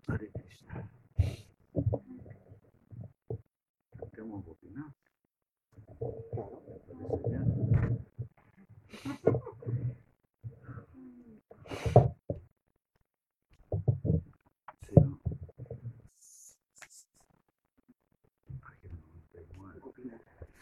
Hare Krishna. Cantemos Gopinath. ¿Parece bien? Sí, ¿no? Página 99.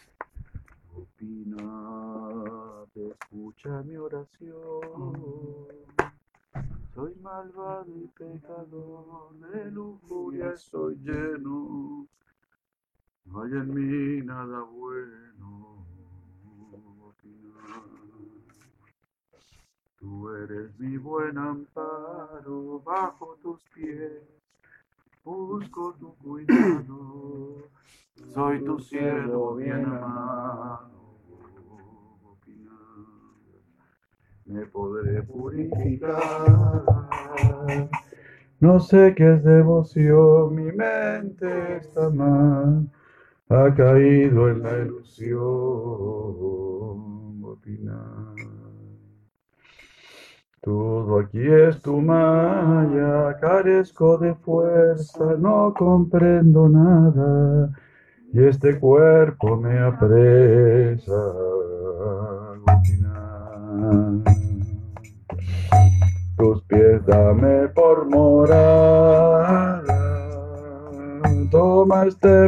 Gopinath, escucha mi oración. Soy malvado y pecador, de lujuria estoy lleno. No hay en mí nada bueno. Gopinath. Tú eres mi buen amparo, bajo tus pies busco tu cuidado, soy tu siervo bien amado. Me podré purificar, no sé qué es devoción, mi mente está mal, ha caído en la ilusión. Opinar. Todo aquí es tu maya, carezco de fuerza, no comprendo nada, y este cuerpo me apresa. Tus pies dame por morada, toma este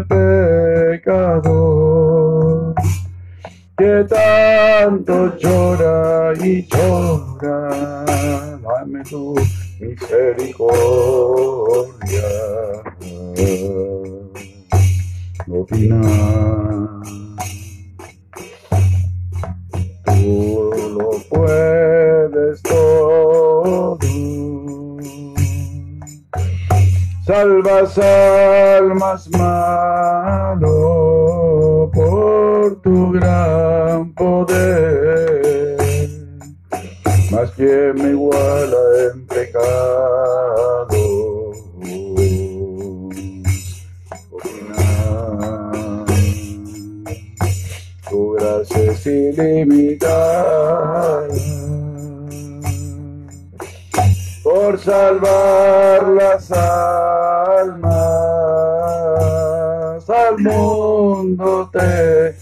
pecado que tanto llora y llora, dame tu misericordia. Gopinath, tú lo puedes todo, salvas almas malo por tu gran poder, mas quien me iguala en pecado. Tu gracia es ilimitada por salvar las almas al mundo te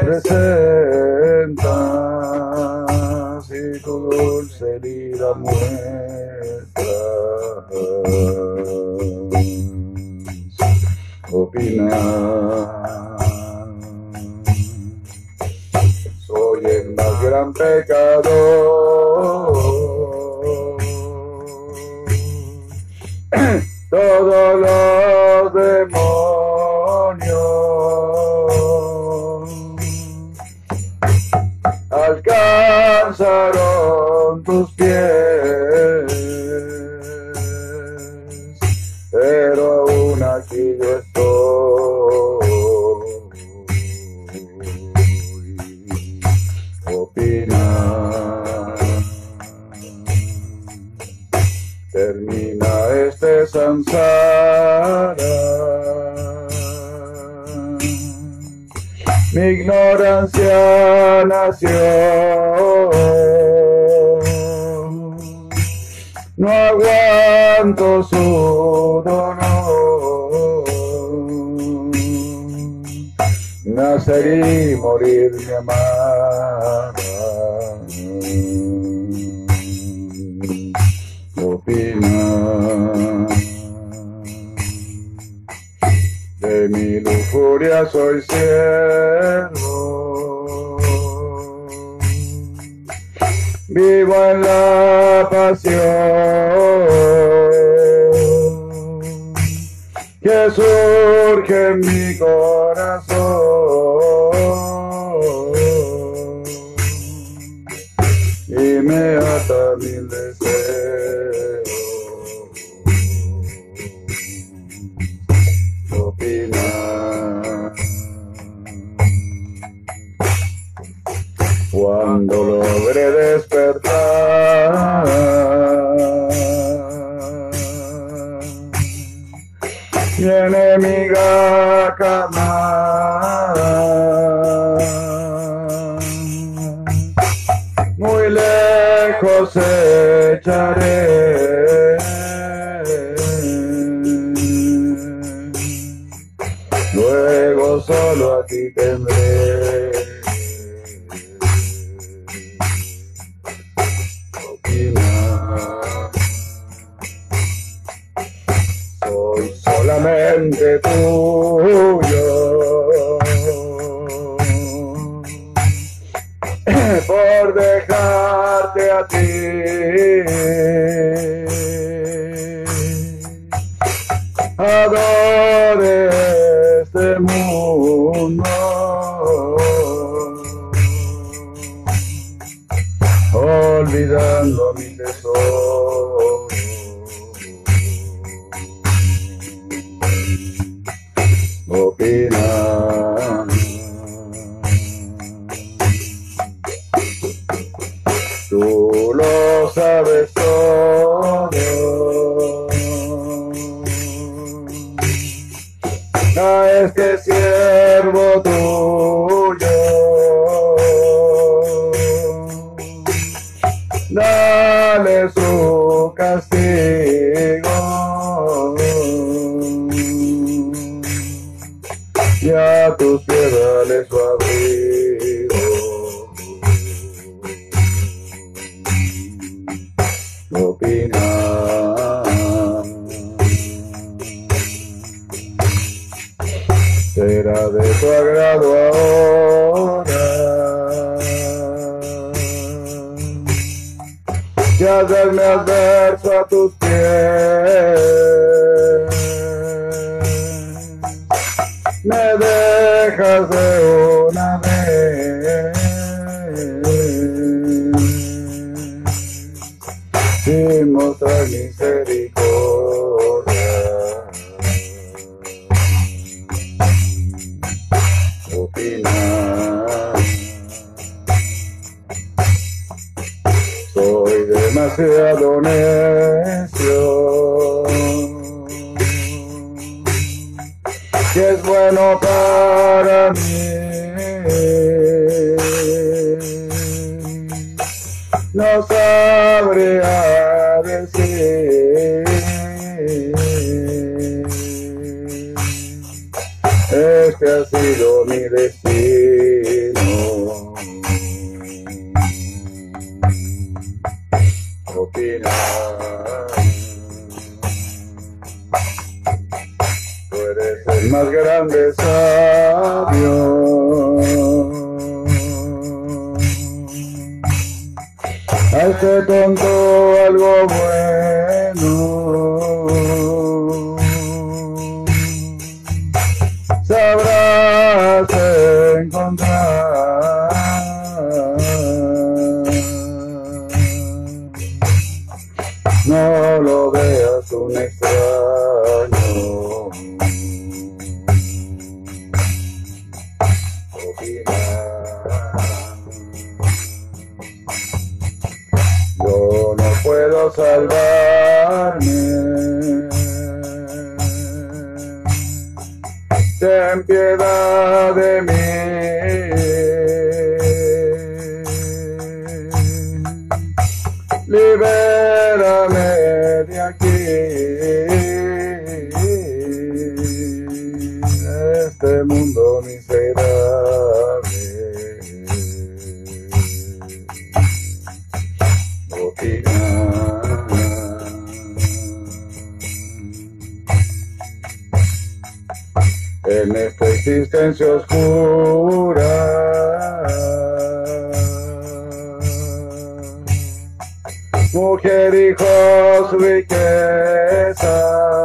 presentas y tu dulce herida muestras. Opinar, soy el más gran pecador. Todos los demonios alcanzaron tus pies, pero aún aquí yo estoy. Opinar, termina este samsara. Mi ignorancia nació, no aguanto su dolor. Nacer y morir me amará. Opinar, de mi lujuria soy siervo, vivo en la pasión que surge en mi corazón y me ata mil deseos. Opinar, cuando logré despertar, mi enemiga cama, muy lejos echaré, solo a ti tendré. Opinar. Soy solamente tuyo. Por dejarte a ti. Adore este mundo, olvidando mi tesoro. Opina. Tú lo sabes todo. A este siervo tuyo, dale su castigo, y a tus pies dale su abrigo. Opina. Será de tu agrado ahora y hacerme adverso a tus pies. Me dejas de una vez sin mostrar misericordia. Opinar. Soy demasiado necio, que es bueno para mí. No sabría decir. Este ha sido mi destino. Opinar. Tú eres el más grande sabio. A este tonto algo bueno sabrás encontrar. No lo veas un extraño. Opinar. Yo no puedo salvarme. Ten piedad de mí. Libérame de aquí. Este mundo miserable. Opinar. En esta existencia oscura, mujer, hijos, riqueza,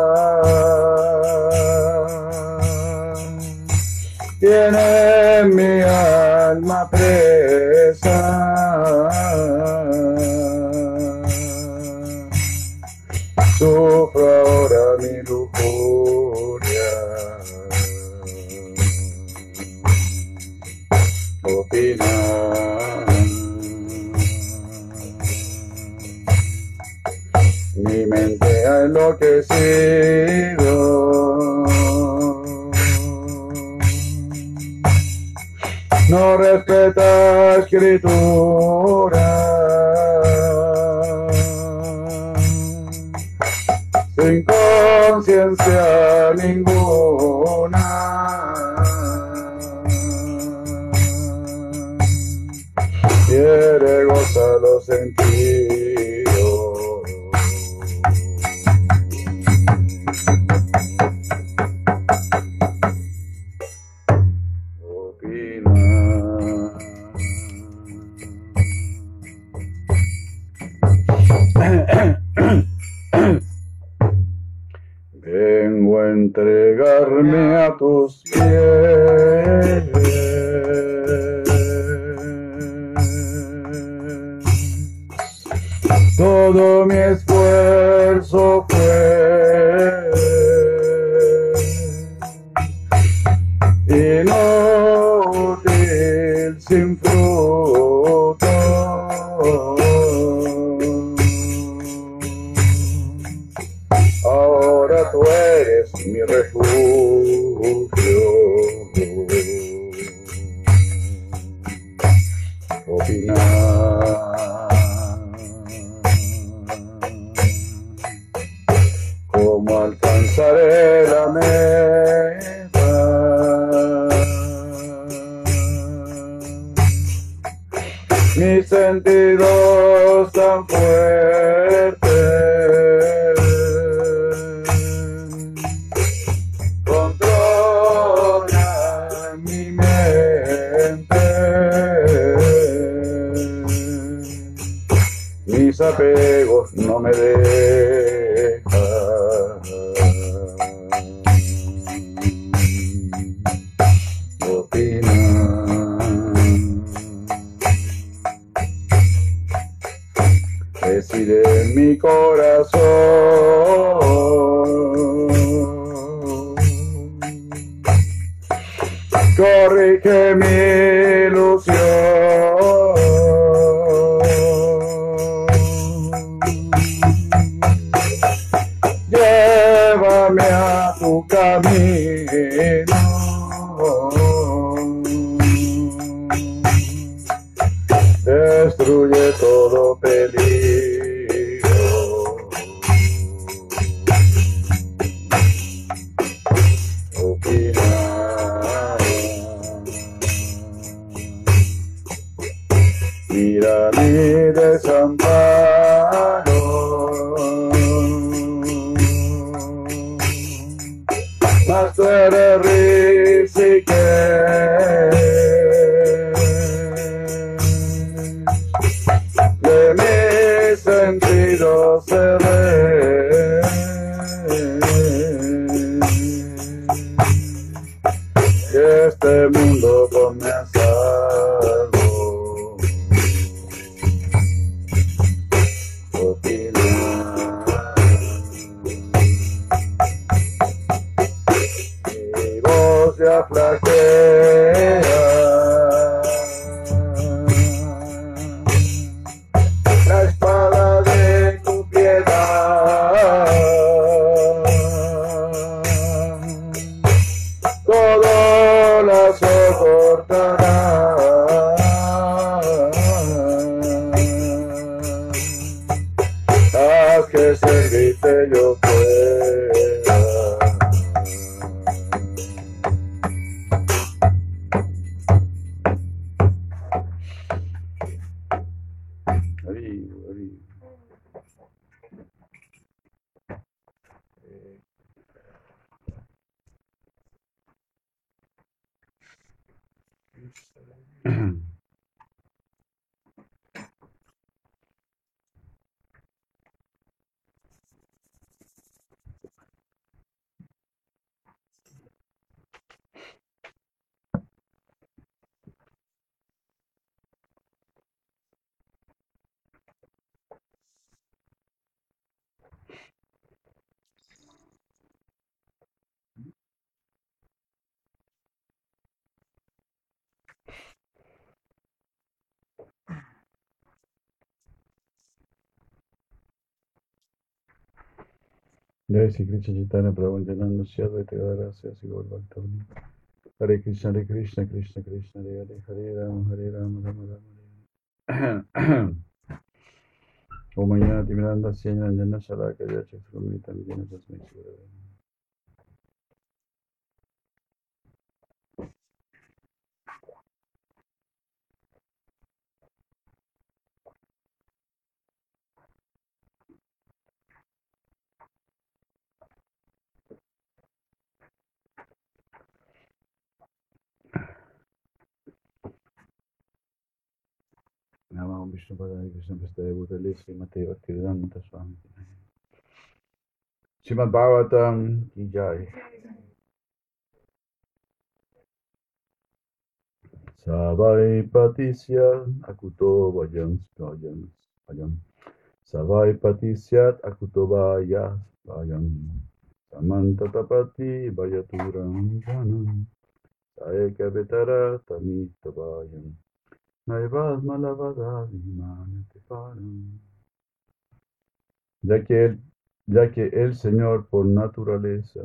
tiene mi alma presa. Sufro ahora mi lujuria. Opinar. Mi mente ha enloquecido. No respeta escritura. Sin conciencia ninguna. sentido. Vengo a entregarme a tus pies. Todo mi esfuerzo fue inútil sin fruto. Ahora tú eres mi refugio. Opinar cómo alcanzaré la meta. Mis sentidos tan fuertes controlan mi mente. Mis apegos no me dejan opinar. Reside en mi corazón. Corrige mi ilusión. Llévame a tu camino. Destruye todo peligro. Opinar. Mira mi desamparo. Mas tú eres de mis sentidos se ve. Este mundo ponme a salvo. Opinar. Mi voz ya flaquea. La espada de tu piedad todo la soportará. Haz que servirte yo pueda. Jai Sri Krishna Chaitanya Prabhu Nityananda Sri Advaita Gadadhara Sri Gaur Bhaktavani. Hare Krishna Krishna Krishna Hare Hare Hare Rama Rama Hare. Om Mañana Timiranda Siena Jana Shalaka Yacha Srumita Vijana Tasmai Sura. Ram Vishnu Padaya Krishna Prasthaya Bhutale Srimate Bhaktivedanta Swami Srimad Bhagavatam Ki Jai. Savai Patisyat Akuto Vayam Savai Patisyat Akuto Vayam Samantatapati Vayaturam Janam Saeka Vetara Tamitabayam Naivas Malavada Vimanatiparam. Ya que el Señor por naturaleza,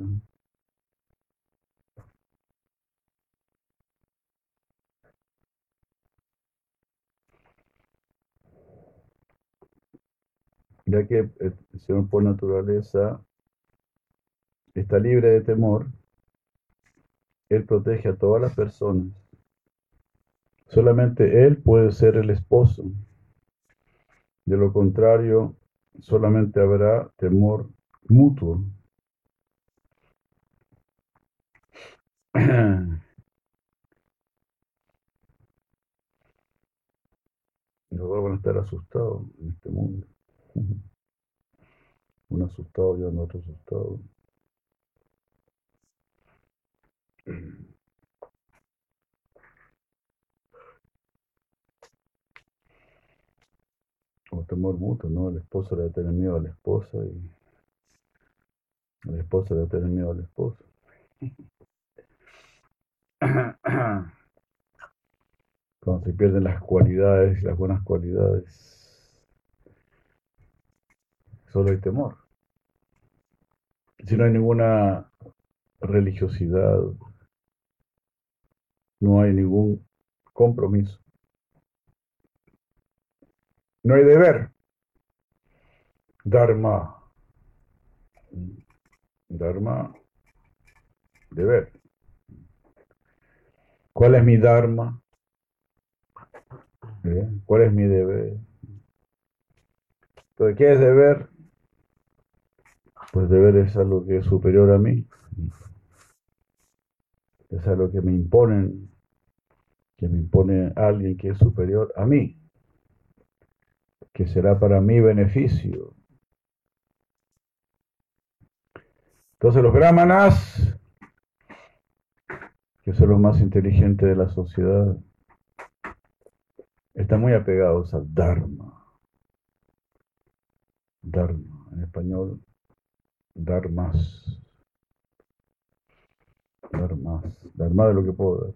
ya que el Señor por naturaleza está libre de temor, Él protege a todas las personas. Solamente Él puede ser el esposo. De lo contrario, solamente habrá temor mutuo. Los dos van a estar asustados en este mundo. Un asustado llevando a otro asustado. O temor mutuo, ¿no? El esposo le va a tener miedo a la esposa y la esposa le va a tener miedo al esposo. Cuando se pierden las cualidades, las buenas cualidades, solo hay temor. Si no hay ninguna religiosidad, no hay ningún compromiso, no hay deber. Dharma, dharma, deber. ¿Cuál es mi dharma? ¿Cuál es mi deber? Entonces, ¿qué es deber? Pues deber es algo que es superior a mí, es algo que me impone alguien que es superior a mí, que será para mi beneficio. Entonces los brahmanas, que son los más inteligentes de la sociedad, están muy apegados al dharma. Dharma, en español, dharmas. Dharmas, dharma de lo que puedo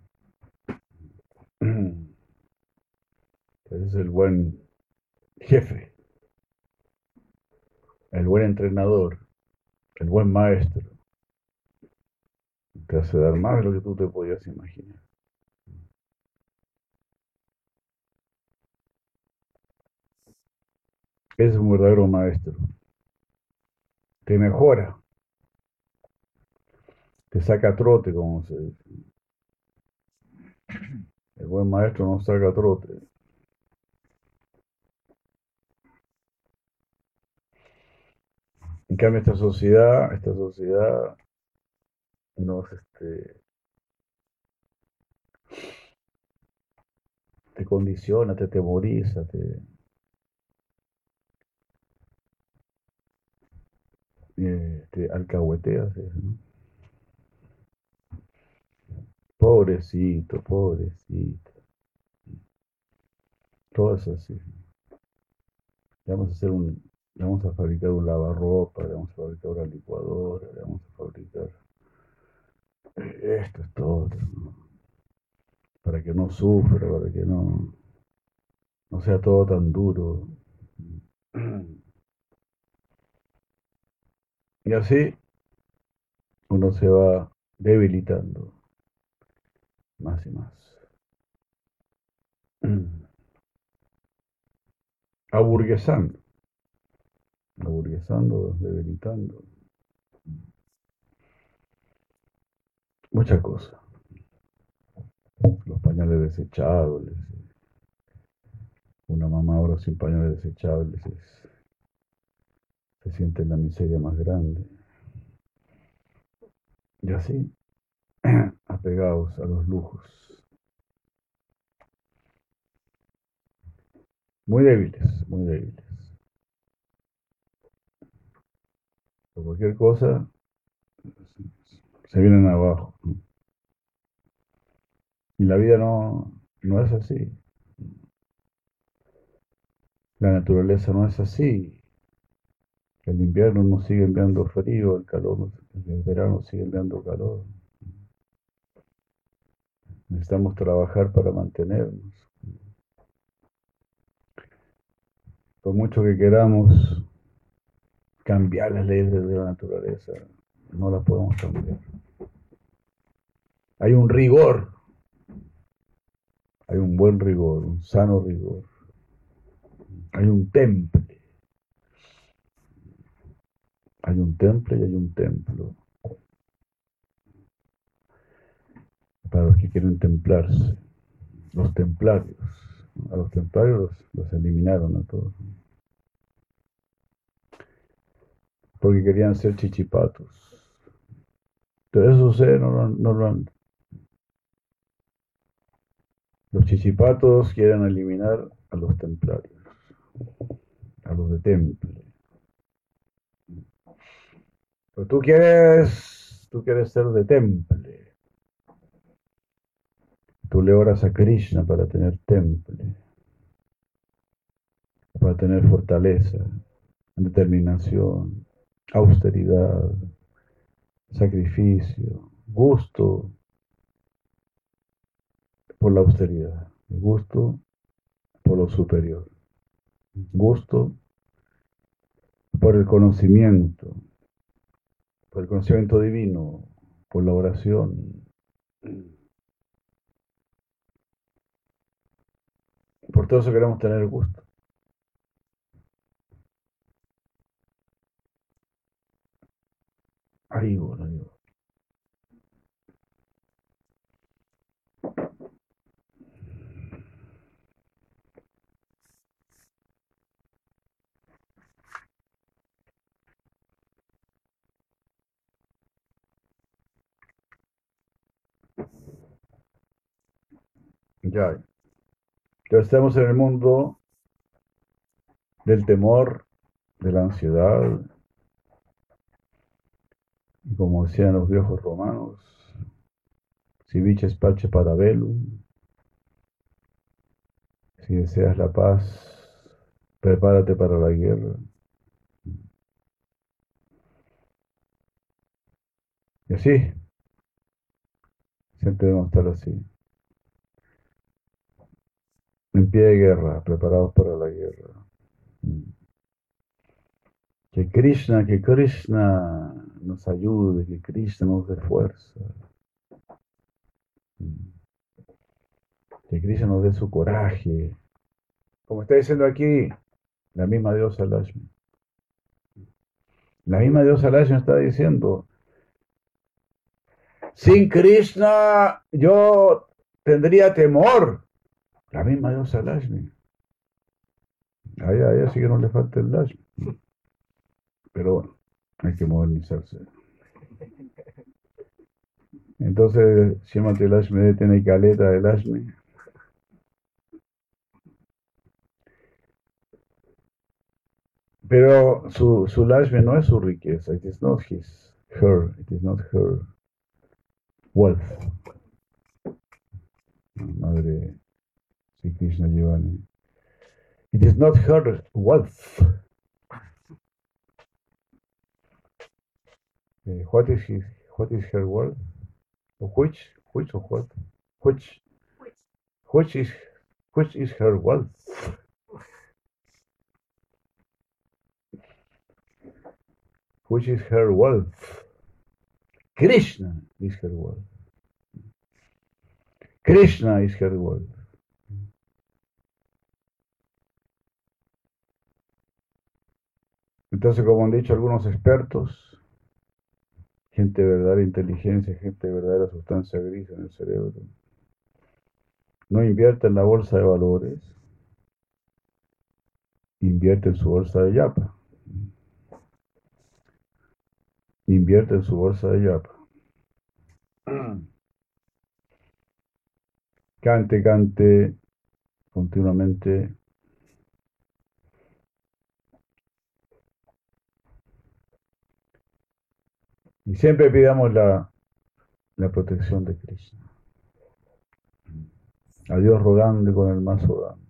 dar. Ese es el buen jefe, el buen entrenador, el buen maestro. Te hace dar más de lo que tú te podías imaginar. Ese es un verdadero maestro. Te mejora, te saca a trote, como se dice. El buen maestro no saca a trote. En cambio, esta sociedad nos, te condiciona, te temoriza, te alcahuetea, ¿sí? ¿No? Pobrecito, pobrecito. Todo es así. Le vamos a hacer le vamos a fabricar un lavarropa, le vamos a fabricar una licuadora, le vamos a fabricar esto, esto, otro, ¿no? Para que no sufra, para que no sea todo tan duro. Y así uno se va debilitando más y más. Aburguesando, aburguesando, debilitando. Muchas cosas. Los pañales desechables. Una mamá ahora sin pañales desechables se siente en la miseria más grande. Y así, apegados a los lujos. muy débiles, muy débiles. Por cualquier cosa se vienen abajo. Y la vida no es así. La naturaleza no es así. El invierno nos sigue enviando frío, el verano sigue enviando calor. Necesitamos trabajar para mantenernos. Por mucho que queramos cambiar las leyes de la naturaleza, no las podemos cambiar. Hay un rigor, hay un buen rigor, un sano rigor. Hay un temple, hay un temple y hay un templo para los que quieren templarse. Los templarios. A los templarios los eliminaron a todos. Porque querían ser chichipatos. Pero eso sucede normalmente. Los chichipatos quieren eliminar a los templarios, a los de temple. Pero tú quieres ser de temple. Tú le oras a Krishna para tener temple, para tener fortaleza, determinación, austeridad, sacrificio, gusto por la austeridad, gusto por lo superior, gusto por el conocimiento divino, por la oración. Por todo eso queremos tener gusto. Arriba, arriba. Ya, ya estamos en el mundo del temor, de la ansiedad, y como decían los viejos romanos, si vices pace para velum, si deseas la paz, prepárate para la guerra. Y así, siempre debemos estar así, en pie de guerra, preparados para la guerra. Que Krishna nos ayude, que Krishna nos dé fuerza, que Krishna nos dé su coraje. Como está diciendo aquí la misma diosa Lakshmi. La misma diosa Lakshmi está diciendo, sin Krishna yo tendría temor. La misma diosa Lakshmi. A ella sí que no le falta el Lakshmi. Pero bueno, hay que modernizarse. Entonces, Srimati Lakshmi tiene caleta de Lakshmi. Pero su Lakshmi no es su riqueza. It is not her. It is not her wealth. Madre Sri Krishna Giovanni. It is not her wealth. What is her wealth? Which or what? Which which is which is her wealth? Which is her wealth? Krishna is her wealth. Krishna is her wealth. Entonces, como han dicho algunos expertos, gente de verdadera inteligencia, gente de verdadera sustancia gris en el cerebro, no invierte en la bolsa de valores, invierte en su bolsa de yapa. Invierte en su bolsa de yapa. Cante continuamente Y siempre pidamos la protección de Krishna. A Dios rogando y con el mazo dando.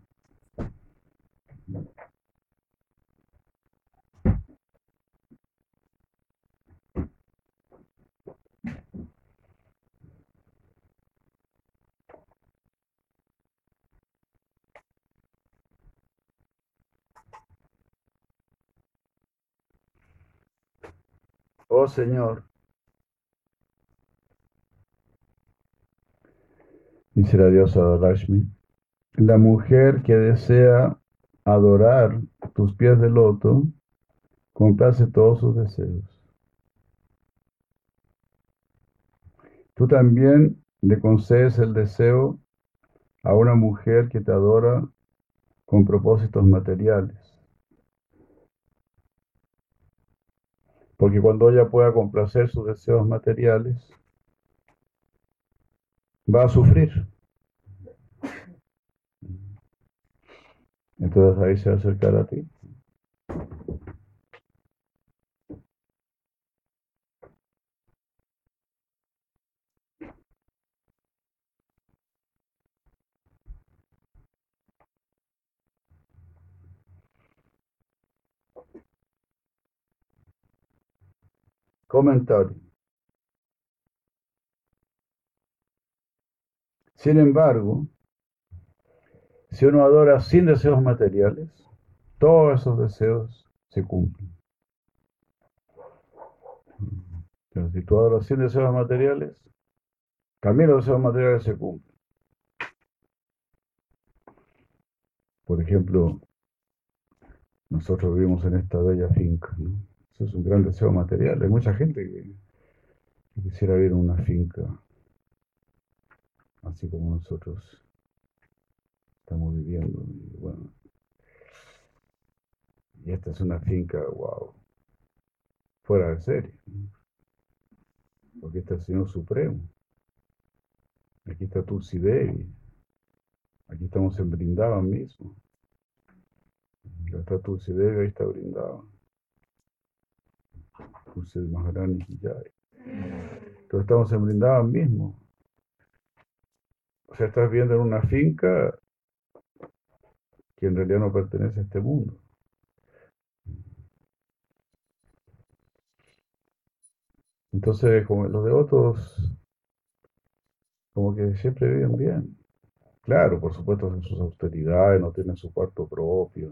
Oh Señor, dice la diosa Lakshmi, la mujer que desea adorar tus pies de loto, complace todos sus deseos. Tú también le concedes el deseo a una mujer que te adora con propósitos materiales. Porque cuando ella pueda complacer sus deseos materiales, va a sufrir. Entonces ahí se va a acercar a ti. Comentario. Sin embargo, si uno adora sin deseos materiales, todos esos deseos se cumplen. Entonces, si tú adoras sin deseos materiales, también los deseos materiales se cumplen. Por ejemplo, nosotros vivimos en esta bella finca, ¿no? Eso es un gran deseo material. Hay mucha gente que quisiera vivir en una finca, así como nosotros estamos viviendo. Y bueno, y esta es una finca, wow, fuera de serie, ¿no? Porque está el Señor Supremo. Aquí está Tulsi Devi. Aquí estamos en Brindavan mismo. Acá está Tulsi Devi, ahí está Brindavan. Tulsi Maharani Jai. Entonces estamos en Brindavan mismo. O sea, estás viendo en una finca que en realidad no pertenece a este mundo. Entonces, como los devotos, como que siempre viven bien. Claro, por supuesto, hacen sus austeridades, no tienen su cuarto propio.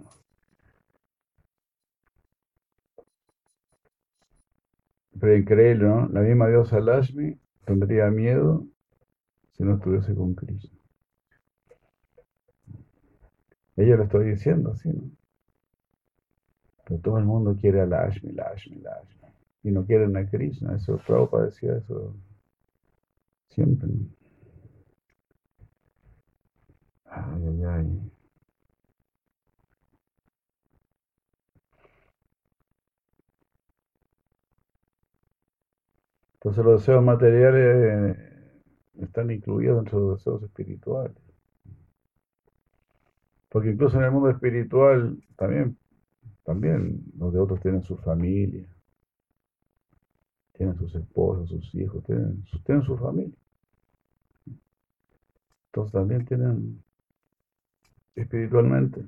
Pero increíble, ¿no? La misma diosa Lakshmi tendría miedo si no estuviese con Krishna. Ella lo estoy diciendo así, ¿no? Pero todo el mundo quiere a Lakshmi, Lakshmi, Lakshmi. Y no quieren a Krishna. Eso, Prabhupada decía eso siempre, ¿no? Ay, ay, ay. Entonces los deseos materiales están incluidos dentro de los deseos espirituales. Porque incluso en el mundo espiritual también los devotos tienen su familia, tienen sus esposas, sus hijos, tienen su familia. Entonces también tienen espiritualmente,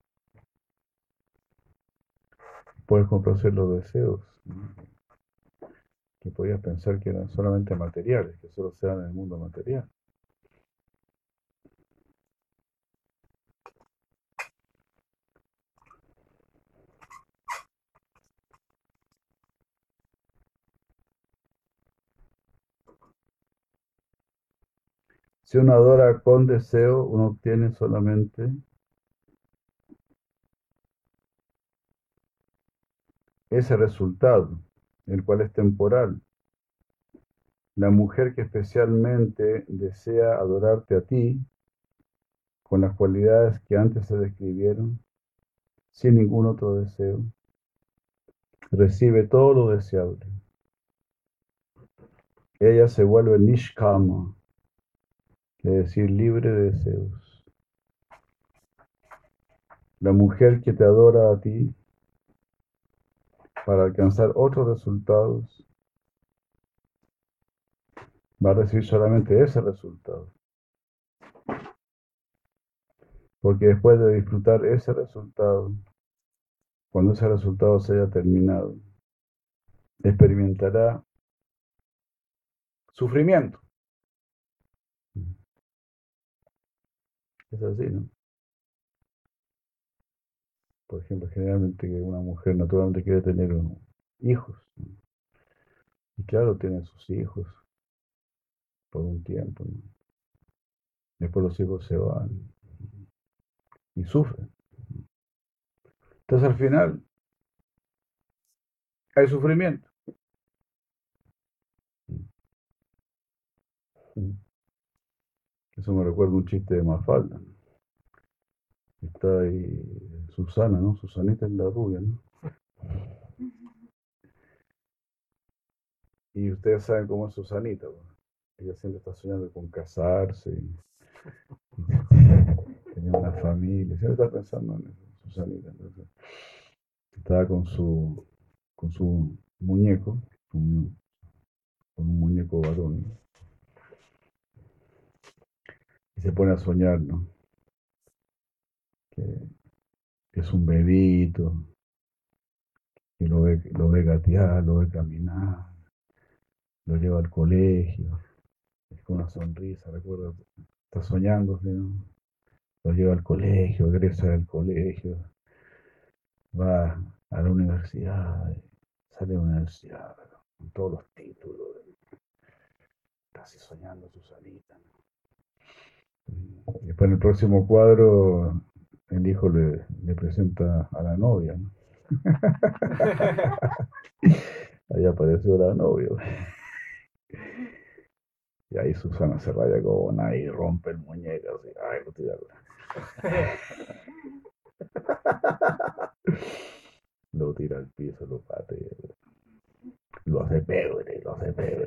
puedes complacer los deseos, ¿no? Que podías pensar que eran solamente materiales, que solo se dan en el mundo material. Si uno adora con deseo, uno obtiene solamente ese resultado, el cual es temporal. La mujer que especialmente desea adorarte a ti, con las cualidades que antes se describieron, sin ningún otro deseo, recibe todo lo deseable. Ella se vuelve nishkama, es decir, libre de deseos. La mujer que te adora a ti para alcanzar otros resultados va a recibir solamente ese resultado. Porque después de disfrutar ese resultado, cuando ese resultado se haya terminado, experimentará sufrimiento. Es así, ¿no? Por ejemplo, generalmente que una mujer naturalmente quiere tener hijos, ¿no? Y claro, tiene sus hijos por un tiempo, ¿no? Después los hijos se van y sufren. Entonces al final hay sufrimiento. Eso me recuerda un chiste de Mafalda, ¿no? Está ahí Susana, ¿no? Susanita es la rubia, ¿no? Y ustedes saben cómo es Susanita, ¿no? Ella siempre está soñando con casarse, tener una familia, siempre está pensando en eso, Susanita. Entonces, estaba con su muñeco, con, con un muñeco varón, ¿no? Y se pone a soñar, ¿no? Que, que es un bebito, que lo ve gatear, lo ve caminar, lo lleva al colegio, es con una sonrisa, recuerda, está soñando, ¿sí, no? Lo lleva al colegio, egresa del colegio, va a la universidad, sale de la universidad, con todos los títulos, casi soñando Susanita, ¿no? Y después en el próximo cuadro, el hijo le presenta a la novia, ¿no? Ahí apareció la novia. Y ahí Susana se raya como una y rompe el muñeco, así, ay, lo tira, lo tira al piso, lo patea, lo hace pebre, lo hace pebre.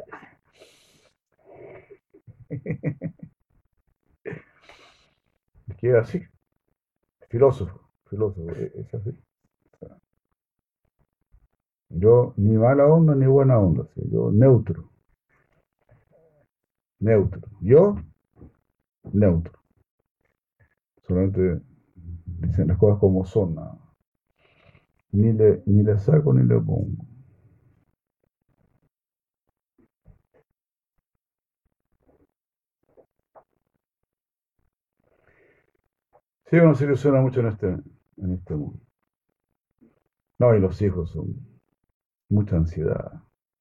Queda así, filósofo, es así. Yo ni mala onda ni buena onda, ¿sí? Yo neutro, neutro. Yo neutro. Solamente dicen las cosas como son, nada. Ni le saco ni le pongo. Sí, uno se ilusiona mucho en este mundo. No, y los hijos son mucha ansiedad,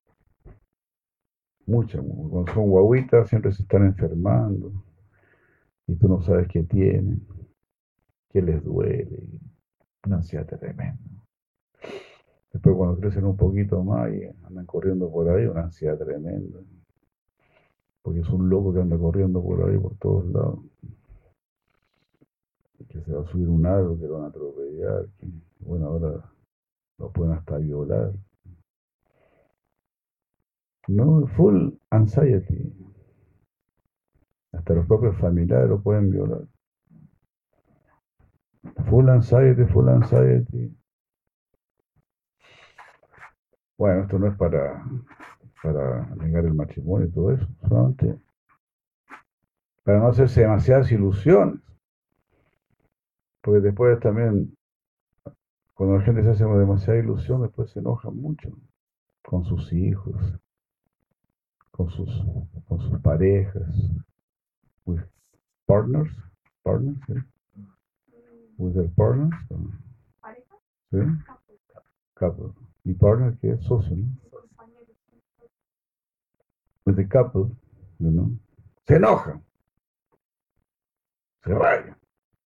mucha. Cuando son guaguitas siempre se están enfermando y tú no sabes qué tienen, qué les duele. Una ansiedad tremenda. Después cuando crecen un poquito más y andan corriendo por ahí, una ansiedad tremenda. Porque es un loco que anda corriendo por ahí, por todos lados. Que se va a subir un árbol, que lo van a atropellar, que, bueno, ahora lo pueden hasta violar. No, full anxiety. Hasta los propios familiares lo pueden violar. Full anxiety, full anxiety. Bueno, esto no es para negar el matrimonio y todo eso, solamente para no hacerse demasiadas ilusiones. Porque después también, cuando la gente se hace demasiada ilusión, después se enoja mucho con sus hijos, con sus, con sus parejas, with partners, partners, ¿sí? With their partners, ¿sí? Couple. Y partner que es socio, ¿no? With the couple, ¿no? Se enoja, se raya.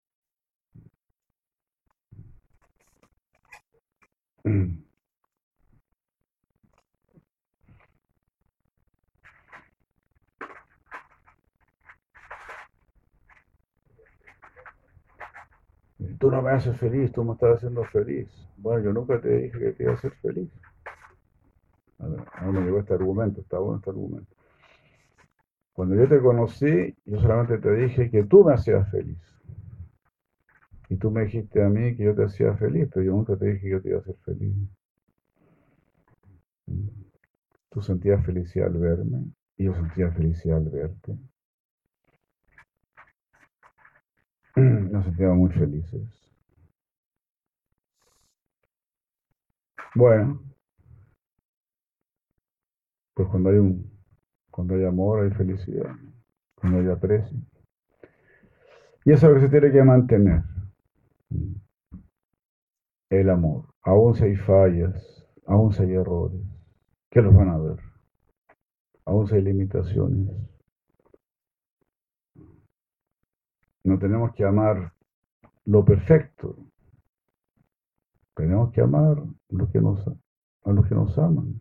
Tú no me haces feliz, tú me estás haciendo feliz. Bueno, yo nunca te dije que te iba a hacer feliz. Ahora me llegó este argumento, está bueno este argumento. Cuando yo te conocí, yo solamente te dije que tú me hacías feliz. Y tú me dijiste a mí que yo te hacía feliz, pero yo nunca te dije que yo te iba a hacer feliz. Tú sentías felicidad al verme, Y yo sentía felicidad al verte. Nos sentíamos muy felices. Bueno, pues cuando hay amor, hay felicidad. Cuando hay aprecio. Y eso es lo que se tiene que mantener. El amor. Aún si hay fallas, aún si hay errores, que los van a ver. Aún si hay limitaciones. No tenemos que amar lo perfecto. Tenemos que amar a los que nos aman.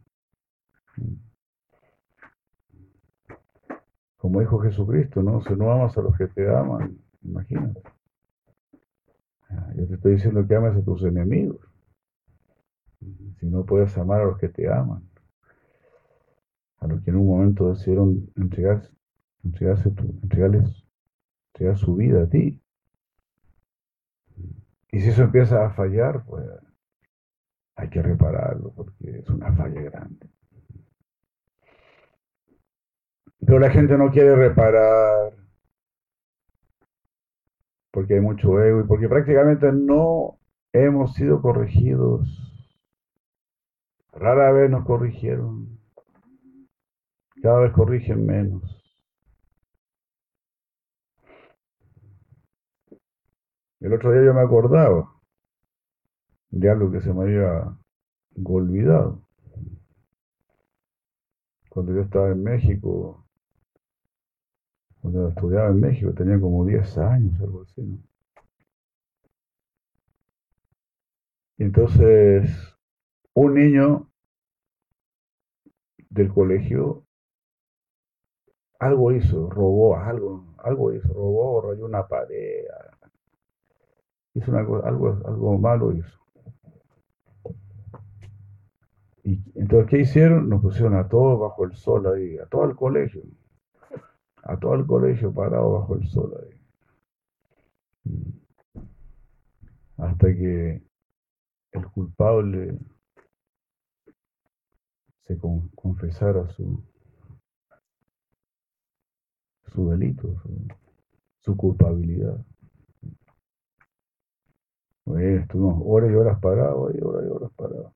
Como dijo Jesucristo, ¿no? Si no amas a los que te aman, imagínate. Yo te estoy diciendo que ames a tus enemigos. Si no puedes amar a los que te aman, a los que en un momento decidieron entregar su vida a ti. Y si eso empieza a fallar, pues hay que repararlo porque es una falla grande. Pero la gente no quiere reparar porque hay mucho ego y porque prácticamente no hemos sido corregidos. Rara vez nos corrigieron. Cada vez corrigen menos. El otro día yo me acordaba de algo que se me había olvidado. Cuando yo estaba en México, cuando estudiaba en México, tenía como 10 años, algo así, ¿no? Y entonces, un niño del colegio algo hizo, robó algo hizo, robó, rayó una pared, hizo algo malo hizo. Y entonces, ¿qué hicieron? Nos pusieron a todos bajo el sol ahí, a todo el colegio parado bajo el sol ahí. Hasta que el culpable confesara su delito, su culpabilidad. Bueno, estuvimos horas y horas parados ahí, horas y horas parados.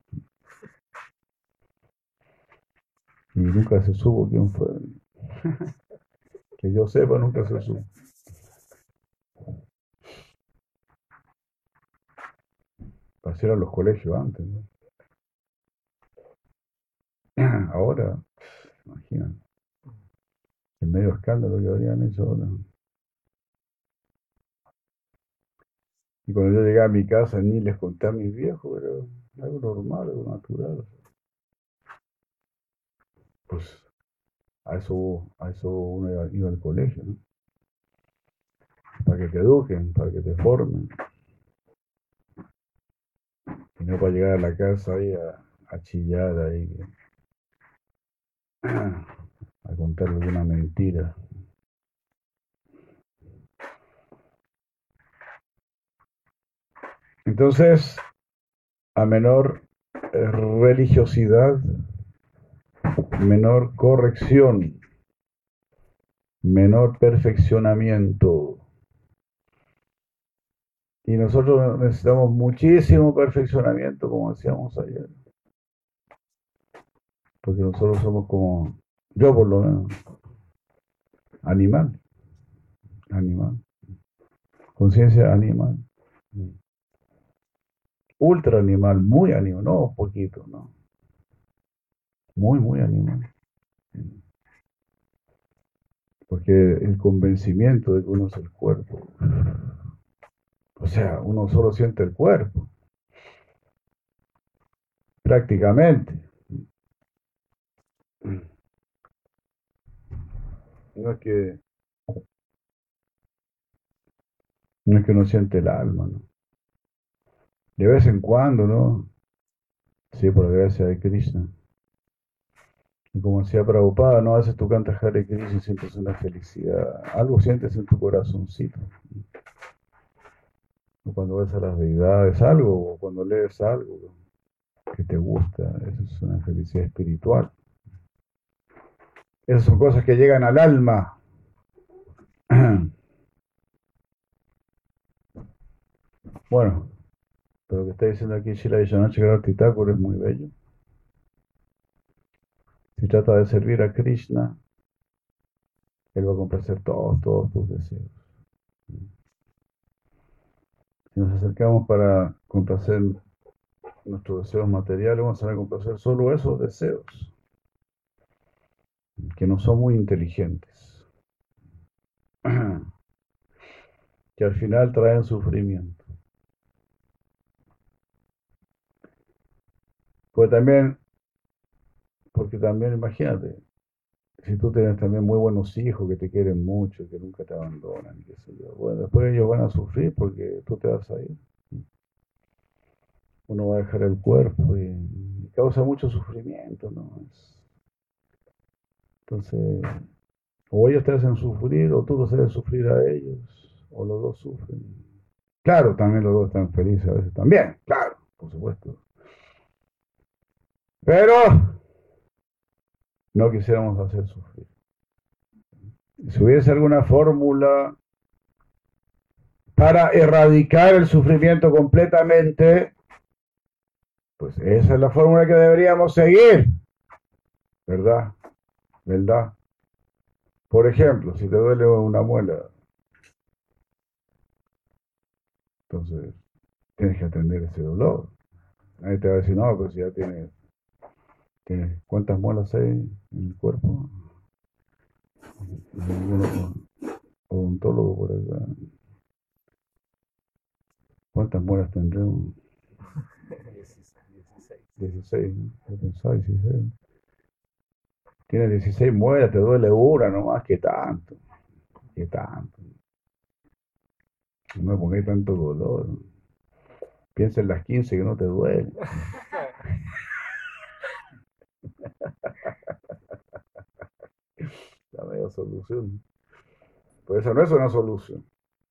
Y nunca se supo quién fue. Que yo sepa, nunca se supo. Así eran los colegios antes, ¿no? Ahora, imagínate, el medio escándalo que habrían hecho ahora. Y cuando yo llegué a mi casa ni les conté a mis viejos, era algo normal, algo natural. Pues a eso uno iba al colegio, ¿no? Para que te eduquen, para que te formen. Y no para llegar a la casa ahí a chillar ahí, a contar alguna mentira. Entonces, a menor religiosidad, menor corrección, menor perfeccionamiento. Y nosotros necesitamos muchísimo perfeccionamiento, como decíamos ayer. Porque nosotros somos como, yo por lo menos, animal, animal, conciencia animal, ultra animal, muy animal, no poquito, no, muy, muy animal. Porque el convencimiento de que uno es el cuerpo, o sea, uno solo siente el cuerpo, prácticamente. No es que, no es que uno siente el alma, ¿no? De vez en cuando, ¿no? Sí, por la gracia de Krishna. Y como decía Prabhupada, no, a veces tú cantas Hare Krishna y sientes una felicidad, algo sientes en tu corazoncito. O cuando ves a las deidades, algo, o cuando lees algo que te gusta, eso es una felicidad espiritual. Esas son cosas que llegan al alma. Bueno, pero lo que está diciendo aquí Srila Vishwanath Chakravarti Thakur es muy bello. Si trata de servir a Krishna, Él va a complacer todos tus deseos. Si nos acercamos para complacer nuestros deseos materiales, vamos a complacer solo esos deseos, que no son muy inteligentes, que al final traen sufrimiento. Pues también, porque también imagínate, si tú tienes también muy buenos hijos que te quieren mucho, que nunca te abandonan, y qué sé yo, bueno, después ellos van a sufrir porque tú te vas a ir. Uno va a dejar el cuerpo y causa mucho sufrimiento, ¿no? Entonces, o ellos te hacen sufrir, o tú los haces sufrir a ellos, o los dos sufren. Claro, también los dos están felices a veces también, claro, por supuesto. Pero no quisiéramos hacer sufrir. Si hubiese alguna fórmula para erradicar el sufrimiento completamente, pues esa es la fórmula que deberíamos seguir, ¿verdad? ¿Verdad? Por ejemplo, si te duele una muela, entonces tienes que atender ese dolor. Nadie te va a decir, no, pues si ya tienes ¿cuántas muelas hay en el cuerpo? Ninguno odontólogo por acá. ¿Cuántas muelas tendremos? 16, ¿no? Yo pensaba 16. Tienes 16 muelas, te duele una nomás, ¿qué tanto? ¿Qué tanto? No me pongáis tanto dolor. Piensa en las 15 que no te duele. La media solución. Pues eso no es una solución.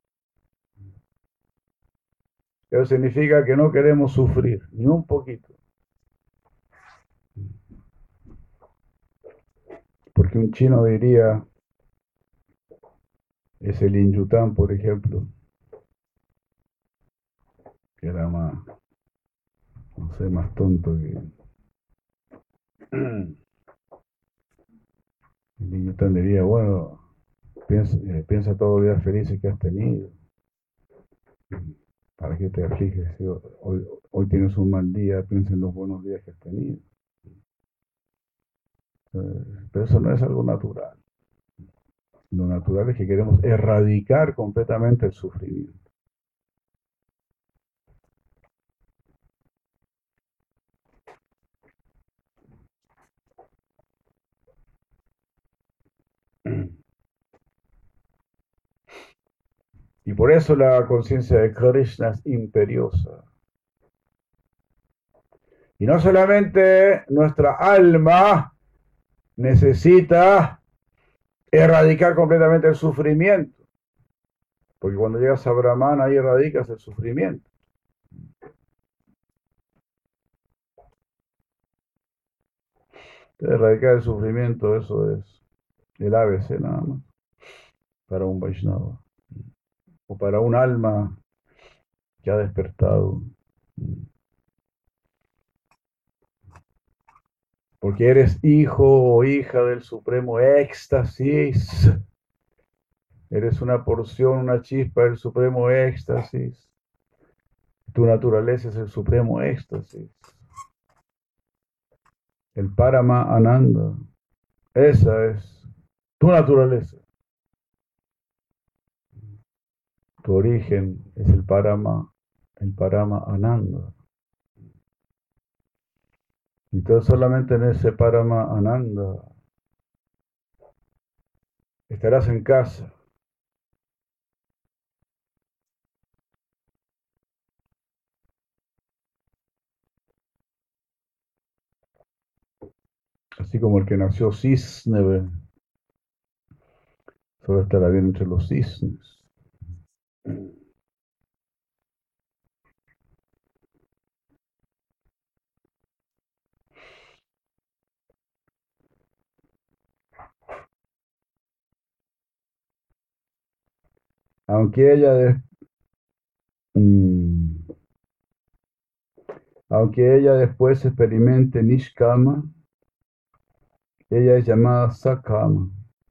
Eso significa que no queremos sufrir, ni un poquito. Porque un chino diría, es el Inyután, por ejemplo, que era más, no sé, más tonto que... El Inyután diría, bueno, piensa todos los días felices que has tenido. ¿Para qué te afliges? Si hoy tienes un mal día, piensa en los buenos días que has tenido. Pero eso no es algo natural. Lo natural es que queremos erradicar completamente el sufrimiento. Y por eso la conciencia de Krishna es imperiosa. Y no solamente nuestra alma necesita erradicar completamente el sufrimiento, porque cuando llegas a Brahman ahí erradicas el sufrimiento. Erradicar el sufrimiento, eso es el ABC nada más, para un Vaishnava, o para un alma que ha despertado. Porque eres hijo o hija del supremo éxtasis. Eres una porción, una chispa del supremo éxtasis. Tu naturaleza es el supremo éxtasis. El Parama Ananda. Esa es tu naturaleza. Tu origen es el Parama Ananda. Entonces solamente en ese Parama Ananda estarás en casa. Así como el que nació cisne, solo estará bien entre los cisnes. Aunque ella, mm, aunque ella después experimente Nishkama, ella es llamada Sakama.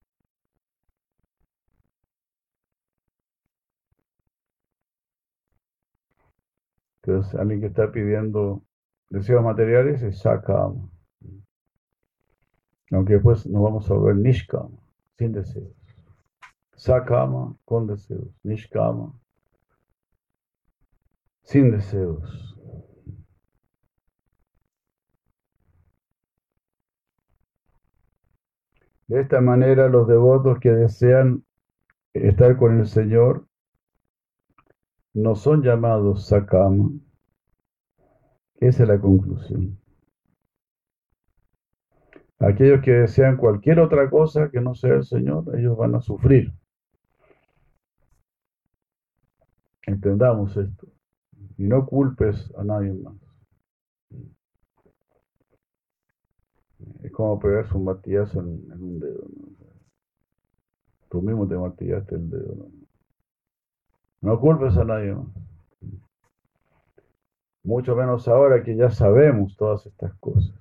Entonces, alguien que está pidiendo deseos materiales es Sakama. Aunque después nos vamos a ver Nishkama, sin deseos. Sakama, con deseos. Nishkama, sin deseos. De esta manera, los devotos que desean estar con el Señor no son llamados Sakama. Esa es la conclusión. Aquellos que desean cualquier otra cosa que no sea el Señor, ellos van a sufrir. Entendamos esto. Y no culpes a nadie más. Es como pegarse un martillazo en un dedo, ¿no? Tú mismo te martillaste el dedo, ¿no? No culpes a nadie más. Mucho menos ahora que ya sabemos todas estas cosas.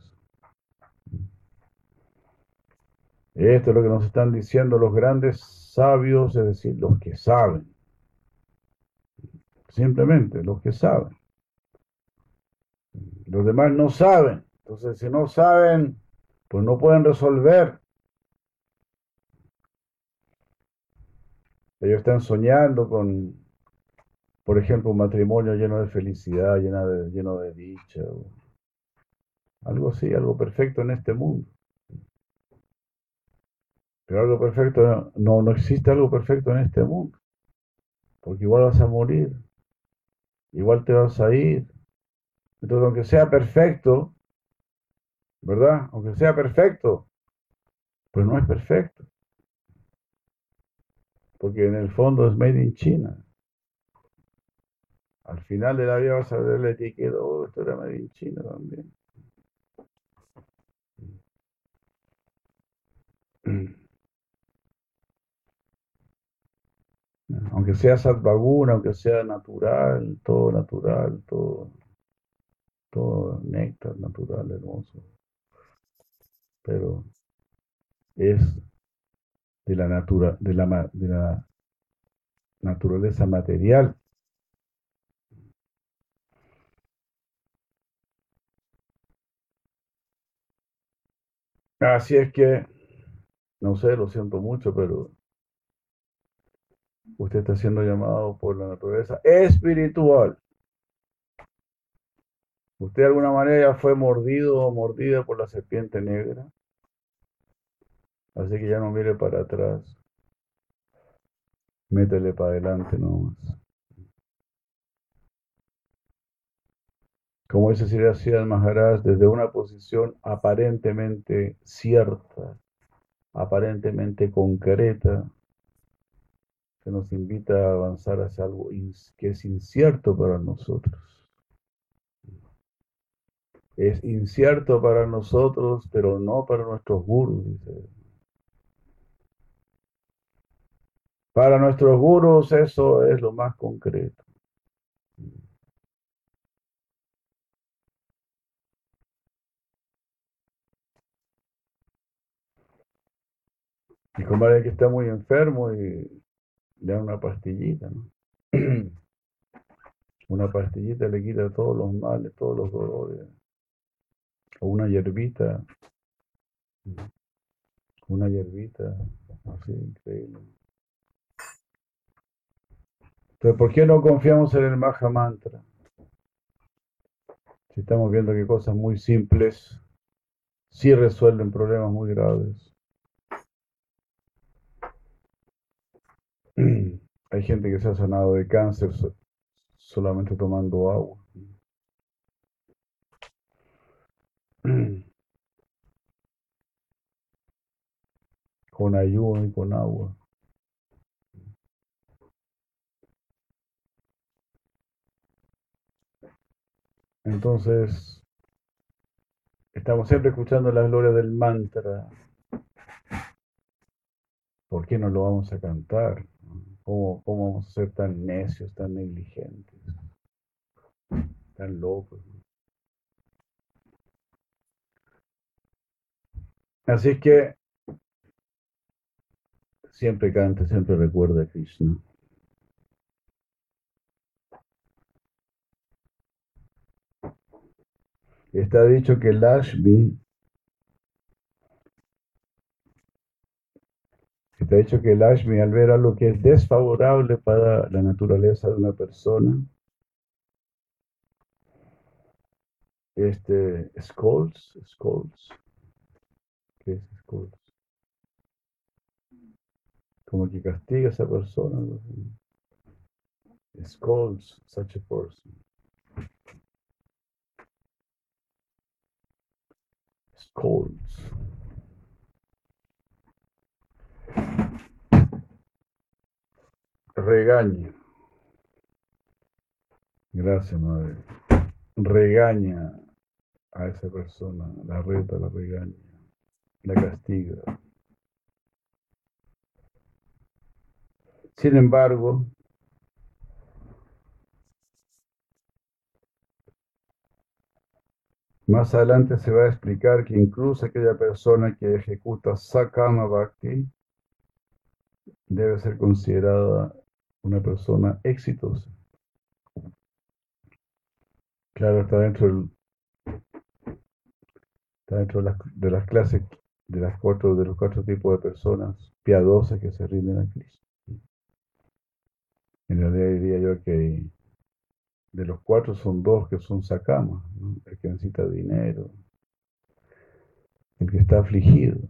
Esto es lo que nos están diciendo los grandes sabios, es decir, los que saben. Simplemente los que saben. Los demás no saben. Entonces, si no saben, pues no pueden resolver. Ellos están soñando con, por ejemplo, un matrimonio lleno de felicidad, lleno de dicha, o algo así, algo perfecto en este mundo. Pero algo perfecto, no existe algo perfecto en este mundo, porque igual vas a morir, igual te vas a ir. Entonces, aunque sea perfecto, ¿verdad? Aunque sea perfecto, pues no es perfecto, porque en el fondo es made in China. Al final de la vida vas a ver la etiqueta, oh, esto era made in China también. Aunque sea satvaguna, aunque sea natural, todo néctar natural, hermoso, pero es de la naturaleza material. Así es que, no sé, lo siento mucho, pero usted está siendo llamado por la naturaleza espiritual. Usted de alguna manera fue mordido o mordida por la serpiente negra, así que ya no mire para atrás, métele para adelante nomás. Como dice Sri Siddhar Maharaj, desde una posición aparentemente cierta, aparentemente concreta, se nos invita a avanzar hacia algo que es incierto para nosotros. Es incierto para nosotros, pero no para nuestros gurus, dice. Para nuestros gurus eso es lo más concreto. Y como alguien que está muy enfermo y le dan una pastillita, ¿no? Una pastillita le quita todos los males, todos los dolores. O una hierbita, así, increíble. Entonces, ¿por qué no confiamos en el Maha Mantra? Si estamos viendo que cosas muy simples sí resuelven problemas muy graves. Hay gente que se ha sanado de cáncer solamente tomando agua. Con ayuno y con agua. Entonces, estamos siempre escuchando la gloria del mantra. ¿Por qué no lo vamos a cantar? ¿Cómo vamos a ser tan necios, tan negligentes, tan locos? Así que siempre cante, siempre recuerda a Krishna. Está dicho que Lakshmi al ver algo que es desfavorable para la naturaleza de una persona, scolds, ¿qué es scolds? Como que castiga a esa persona, algo así. Scolds such a person. Scolds. Regaña. Gracias, madre. Regaña a esa persona, la reta, la regaña, la castiga. Sin embargo, más adelante se va a explicar que incluso aquella persona que ejecuta Sakama Bhakti debe ser considerada una persona exitosa. Claro, está dentro de las clases de los cuatro tipos de personas piadosas que se rinden a Cristo. En realidad diría yo que de los cuatro son dos que son Sakama, ¿no? El que necesita dinero, el que está afligido,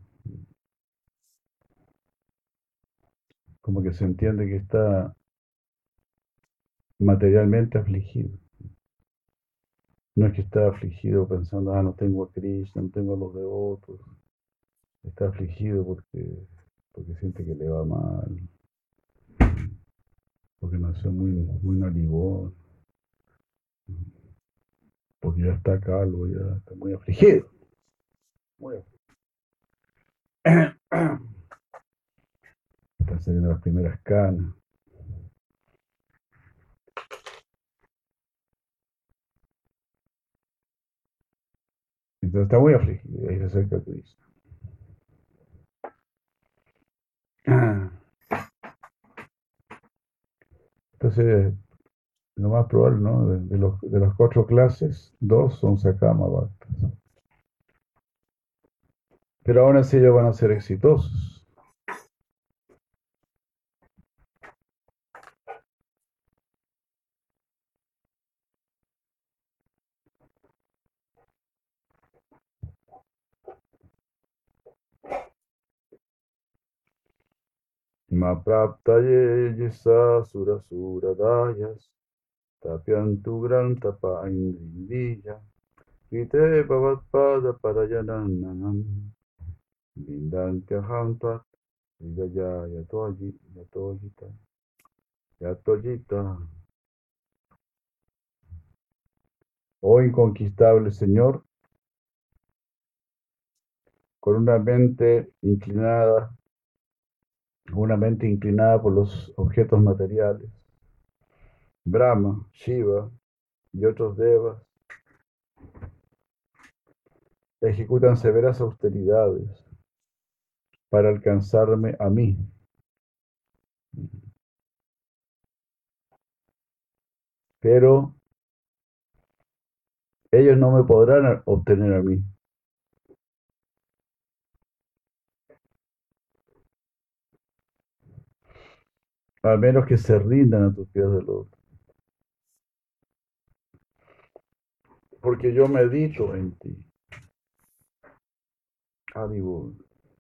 como que se entiende que está materialmente afligido. No es que está afligido pensando, no tengo a Krishna, no tengo a los devotos. Está afligido porque siente que le va mal, porque nació muy narigón, porque ya está calvo, ya está muy afligido. Muy afligido. Están saliendo las primeras canas. Entonces está muy afligido y ahí se acerca a Krishna. Entonces, lo más probable, ¿no? De las cuatro clases, dos son Sakama Bhaktas. Pero aún así ellos van a ser exitosos. Ma praptaye yesa sura sura dayas tapyantu grantapa indriya vite bhavatpada parayananam vindantyaham tat vidaya yatojita. Oh inconquistable Señor, con una mente inclinada por los objetos materiales, Brahma, Shiva y otros devas ejecutan severas austeridades para alcanzarme a mí. Pero ellos no me podrán obtener a mí, a menos que se rindan a tus pies de loto. Porque yo medito en ti. Adibur,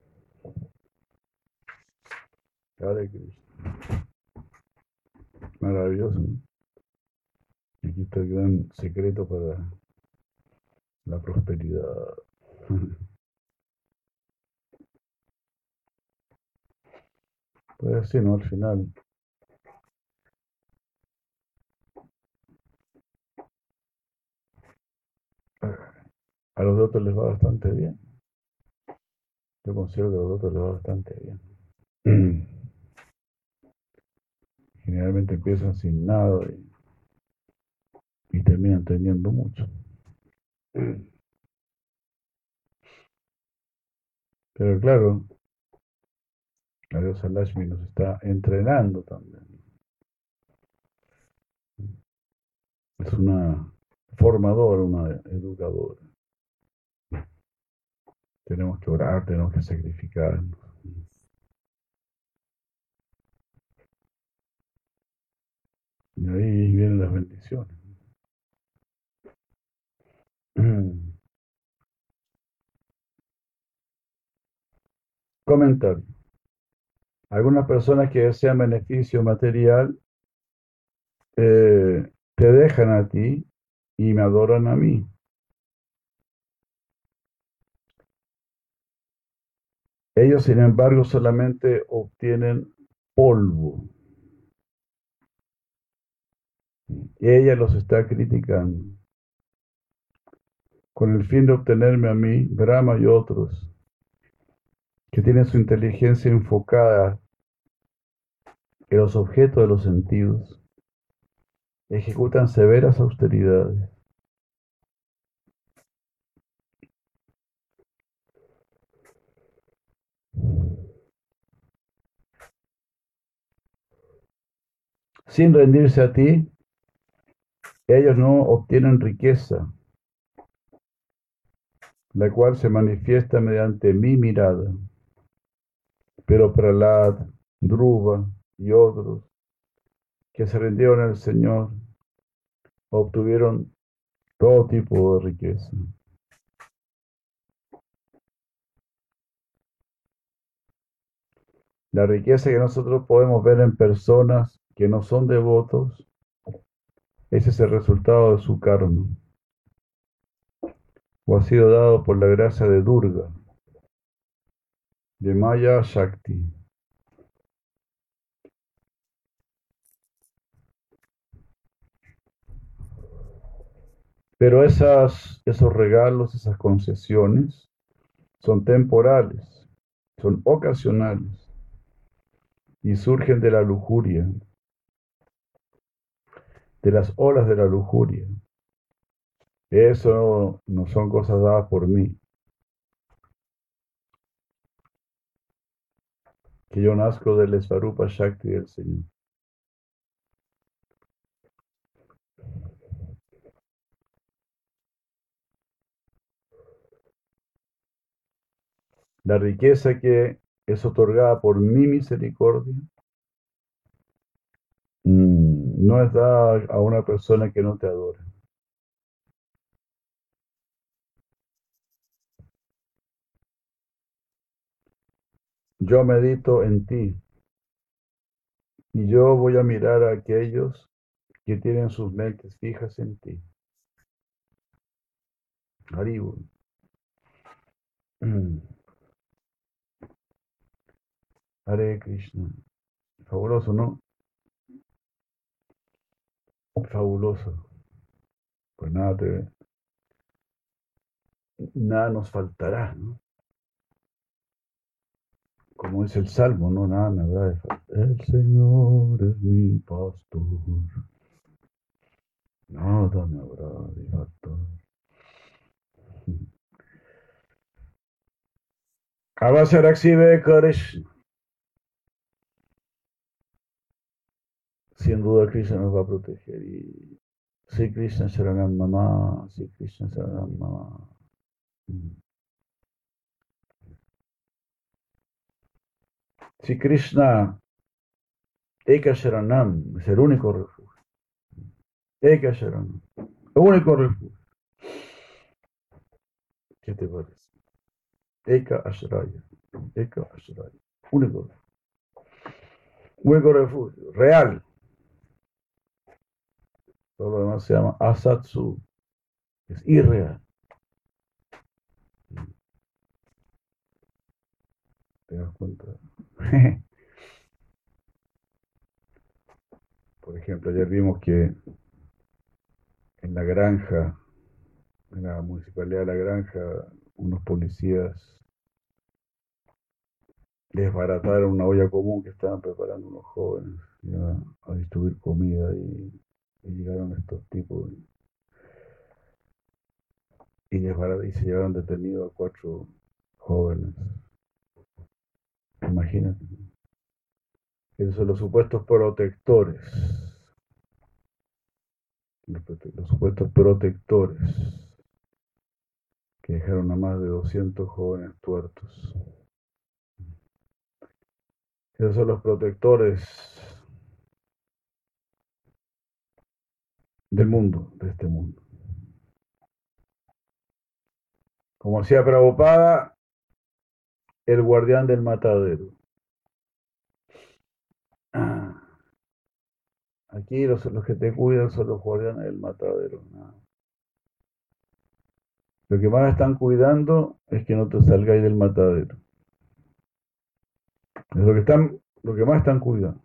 Hare Krishna. Maravilloso, ¿no? Aquí está el gran secreto para la prosperidad. Pues sí, ¿no? Al final, a los otros les va bastante bien. Yo considero que a los otros les va bastante bien. Generalmente empiezan sin nada y terminan teniendo mucho. Pero claro, la diosa Lakshmi nos está entrenando también. Es una formadora, una educadora. Tenemos que orar, tenemos que sacrificarnos. Y ahí vienen las bendiciones. Comentario. Algunas personas que desean beneficio material te dejan a ti y me adoran a mí. Ellos, sin embargo, solamente obtienen polvo. Y ella los está criticando. Con el fin de obtenerme a mí, Brahma y otros, que tienen su inteligencia enfocada en los objetos de los sentidos, ejecutan severas austeridades. Sin rendirse a ti, ellos no obtienen riqueza, la cual se manifiesta mediante mi mirada. Pero Prahlad, Dhruva y otros que se rindieron al Señor obtuvieron todo tipo de riqueza. La riqueza que nosotros podemos ver en personas que no son devotos, ese es el resultado de su karma, o ha sido dado por la gracia de Durga, de Maya Shakti. Pero esos regalos, esas concesiones, son temporales, son ocasionales y surgen de la lujuria, de las olas de la lujuria. Eso no son cosas dadas por mí, que yo nazco del Svarupa Shakti del Señor. La riqueza que es otorgada por mi misericordia no es dada a una persona que no te adora. Yo medito en ti y yo voy a mirar a aquellos que tienen sus mentes fijas en ti. Haribo. Hare Krishna. Fabuloso, ¿no? Fabuloso. Pues nada nos faltará, ¿no? Como dice el Salmo, ¿no? Nada me habrá de faltar. El Señor es mi pastor. Nada me habrá de faltar. Avasaraxive Krishna. Sin duda Krishna nos va a proteger. Y Sri Krishna Sharanam Mama, Sri Krishna Sharanam Mama. Si Krishna Eka Sharanam es el único refugio. Eka Sharanam, el único refugio. ¿Qué te parece? Eka Ashraya, Eka Ashraya, único refugio. Único refugio, real. Todo lo demás se llama Asatsu, es irreal. ¿Te das cuenta? Por ejemplo, ayer vimos que en la granja, en la municipalidad de La Granja, unos policías desbarataron una olla común que estaban preparando unos jóvenes a distribuir comida y llegaron estos tipos y se llevaron detenidos a 4 jóvenes. Imagínate. Esos son los supuestos protectores. Los supuestos protectores que dejaron a más de 200 jóvenes tuertos. Esos son los protectores del mundo, de este mundo. Como decía Prabhupada, el guardián del matadero. Aquí los que te cuidan son los guardianes del matadero. ¿No? Lo que más están cuidando es que no te salgáis del matadero. Es lo que más están cuidando.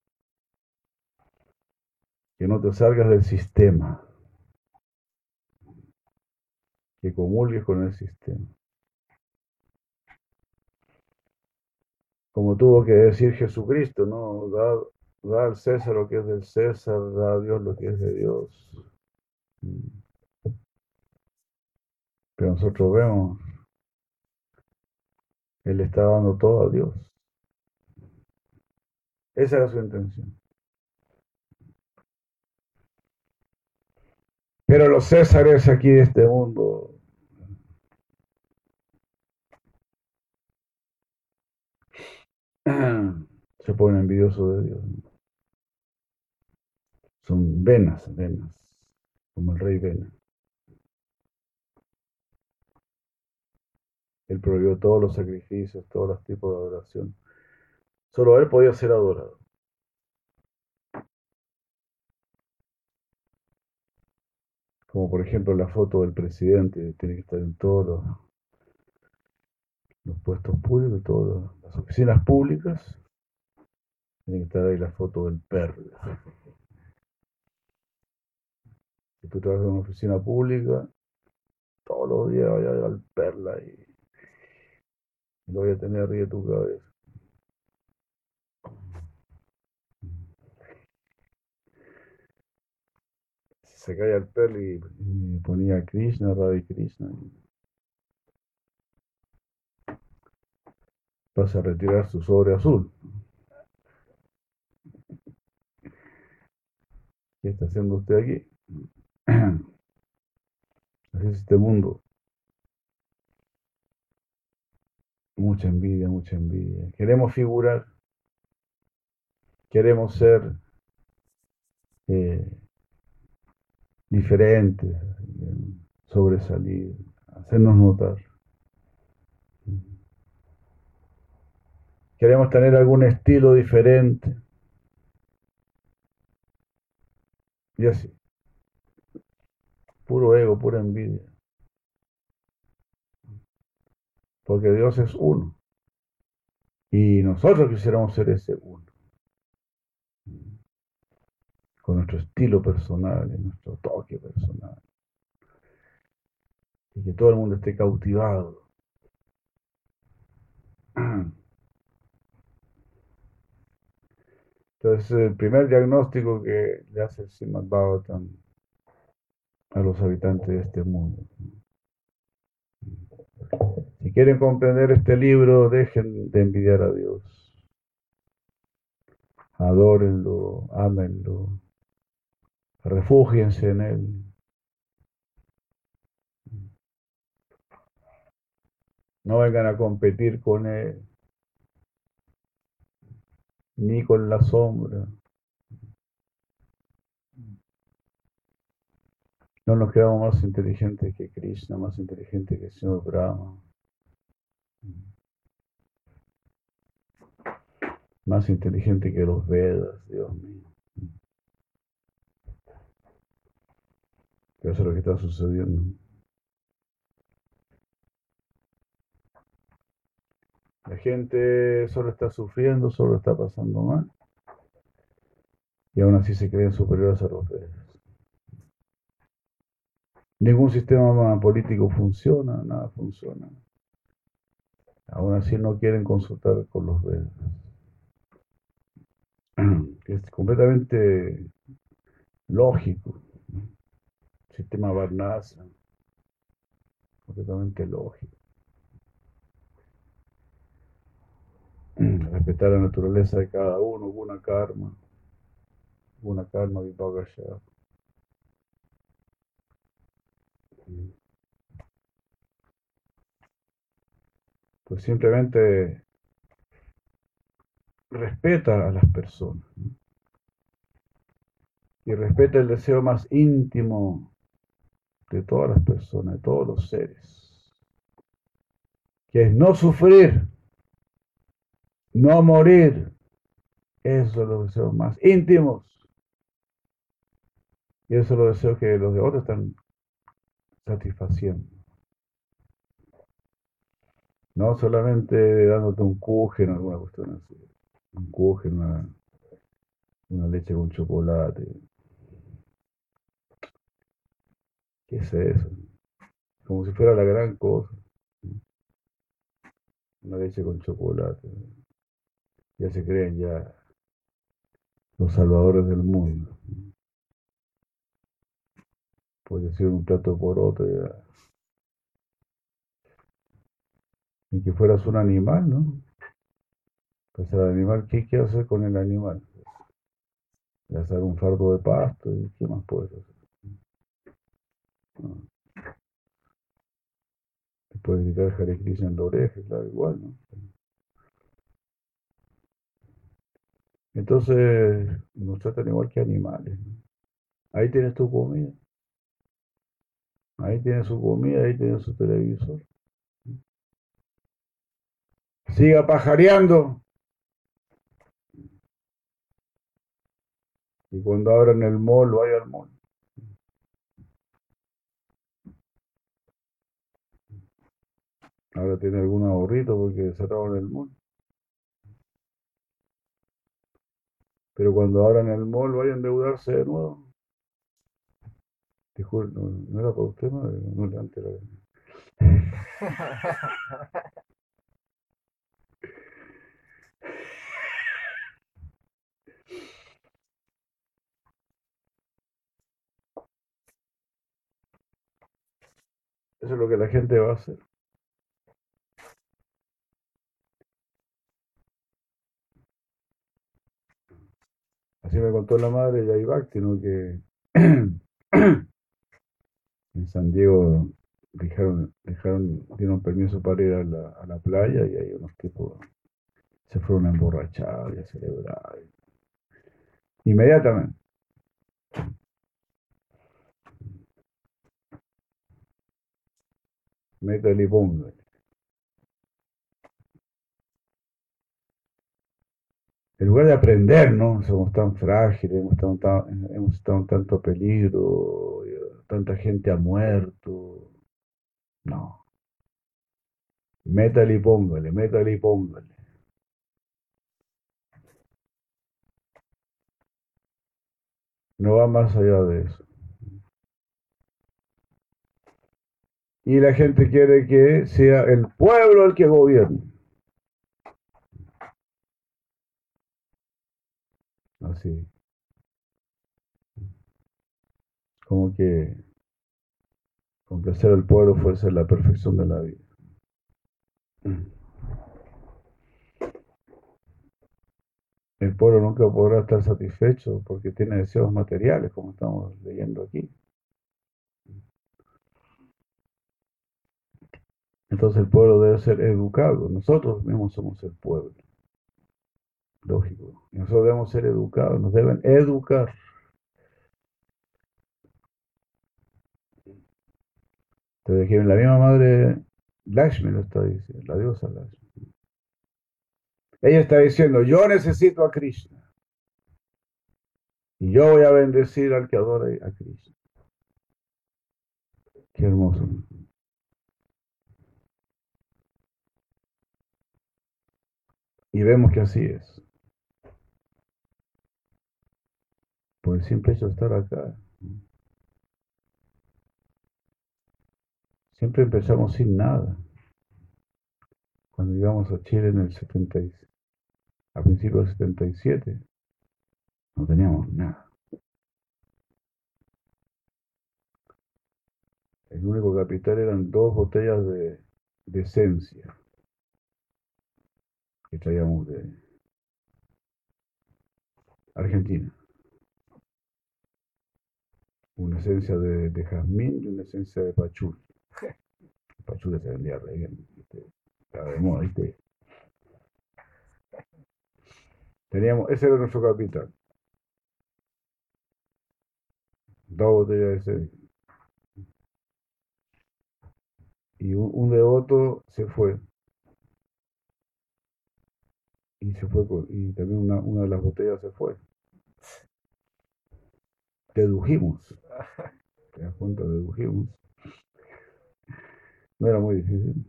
Que no te salgas del sistema. Que comulgues con el sistema. Como tuvo que decir Jesucristo, ¿no? Da al César lo que es del César, da a Dios lo que es de Dios. Pero nosotros vemos, Él le está dando todo a Dios. Esa era su intención. Pero los Césares aquí de este mundo se ponen envidiosos de Dios. Son venas, como el rey Vena. Él prohibió todos los sacrificios, todos los tipos de adoración. Solo él podía ser adorado. Como por ejemplo la foto del presidente, tiene que estar en todos los puestos públicos, todas las oficinas públicas, tiene que estar ahí la foto del perro. Si tú trabajas en una oficina pública, todos los días vaya a ver al perla y lo voy a tener arriba de tu cabeza. Se cae al perla y ponía Krishna, Radha Krishna. Y pasa a retirar su sobre azul. ¿Qué está haciendo usted aquí? Así es este mundo. Mucha envidia, mucha envidia. Queremos figurar, queremos ser eh, diferentes, sobresalir, hacernos notar. Queremos tener algún estilo diferente. Y así, puro ego, pura envidia. Porque Dios es uno. Y nosotros quisiéramos ser ese uno. Con nuestro estilo personal, nuestro toque personal. Y que todo el mundo esté cautivado. Entonces, el primer diagnóstico que le hace el Srimad Bhagavatam a los habitantes de este mundo. Si quieren comprender este libro, dejen de envidiar a Dios. Adórenlo, ámenlo, refúgiense en Él. No vengan a competir con Él, ni con la sombra. No nos quedamos más inteligentes que Krishna, más inteligentes que el Señor Brahma. Más inteligente que los Vedas, Dios mío. Pero eso es lo que está sucediendo. La gente solo está sufriendo, solo está pasando mal. Y aún así se creen superiores a los Vedas. Ningún sistema político funciona, nada funciona. Aún así no quieren consultar con los Vedas. Es completamente lógico. Sistema Varnasa, completamente lógico. Respetar la naturaleza de cada uno, guna karma, vibhagashya. Pues simplemente respeta a las personas, ¿no? Y respeta el deseo más íntimo de todas las personas, de todos los seres, que es no sufrir, no morir. Esos son los deseos más íntimos. Y esos son los deseos que los de otros están satisfaciendo. No solamente dándote un kuchen o alguna cuestión así. Un kuchen, una leche con chocolate. ¿Qué es eso? Como si fuera la gran cosa. Una leche con chocolate. Ya se creen ya los salvadores del mundo. Puede ser un plato por otro ya. Ni que fueras un animal, ¿no? Pues el animal, ¿qué quiere hacer con el animal? Le hacer un fardo de pasto y ¿qué más puedes hacer? No. Te puedes gritar Hare Krishna en la oreja, claro, igual, ¿no? Entonces nos tratan igual que animales, ¿no? Ahí tienes tu comida, ahí tienes su comida, ahí tienes su televisor. Siga pajareando. Y cuando abran el mall, vaya al mall. Ahora tiene algún ahorrito porque cerraron el mall. Pero cuando abran el mall, vaya a endeudarse de nuevo. Disculpe, no, no era para usted, no levante la. Eso es lo que la gente va a hacer. Así me contó la madre de Yai Bhakti, ¿no? Que en San Diego dieron permiso para ir a la playa y ahí unos tipos se fueron a emborrachar y a celebrar. Inmediatamente. Métale y póngale. En lugar de aprender, ¿no? Somos tan frágiles, hemos estado en tanto peligro, tanta gente ha muerto. No. Métale y póngale, métale y póngale. No va más allá de eso. Y la gente quiere que sea el pueblo el que gobierne. Así, como que complacer al pueblo fuese la perfección de la vida. El pueblo nunca podrá estar satisfecho porque tiene deseos materiales, como estamos leyendo aquí. Entonces el pueblo debe ser educado. Nosotros mismos somos el pueblo, lógico. Y nosotros debemos ser educados, nos deben educar. Entonces, la misma madre Lakshmi lo está diciendo, la diosa Lakshmi. Ella está diciendo, yo necesito a Krishna y yo voy a bendecir al que adora a Krishna. Qué hermoso. Y vemos que así es. Por el simple hecho de estar acá. Siempre empezamos sin nada. cuando llegamos a Chile en el 70, a principios del 77, no teníamos nada. El único capital eran 2 botellas de esencia que traíamos de Argentina. Una esencia de jazmín y una esencia de pachul. El pachul se vendía re bien, ¿viste? Estaba de moda, ¿viste? Ese era nuestro capital. 2 botellas de esencia. Y un devoto se fue. Y también una de las botellas se fue. Dedujimos. ¿Te das cuenta? Dedujimos. No era muy difícil.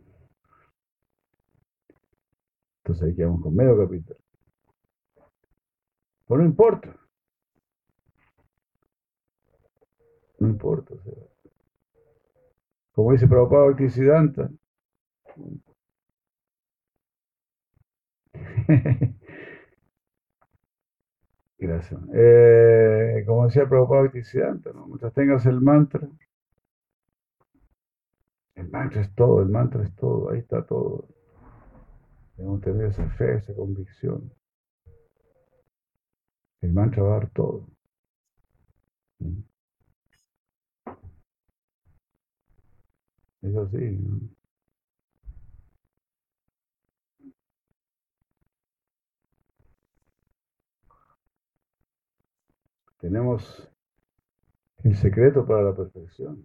Entonces ahí quedamos con medio capital. Pero no importa. No importa. O sea, como dice Prabhupada Bhaktisiddhanta. Gracias. Como decía Prabhupada Bhaktisiddhanta, ¿no? Mientras tengas el mantra es todo, el mantra es todo, ahí está todo. Debemos tener esa fe, esa convicción. El mantra va a dar todo. ¿Sí? Es así, ¿no? Tenemos el secreto para la perfección.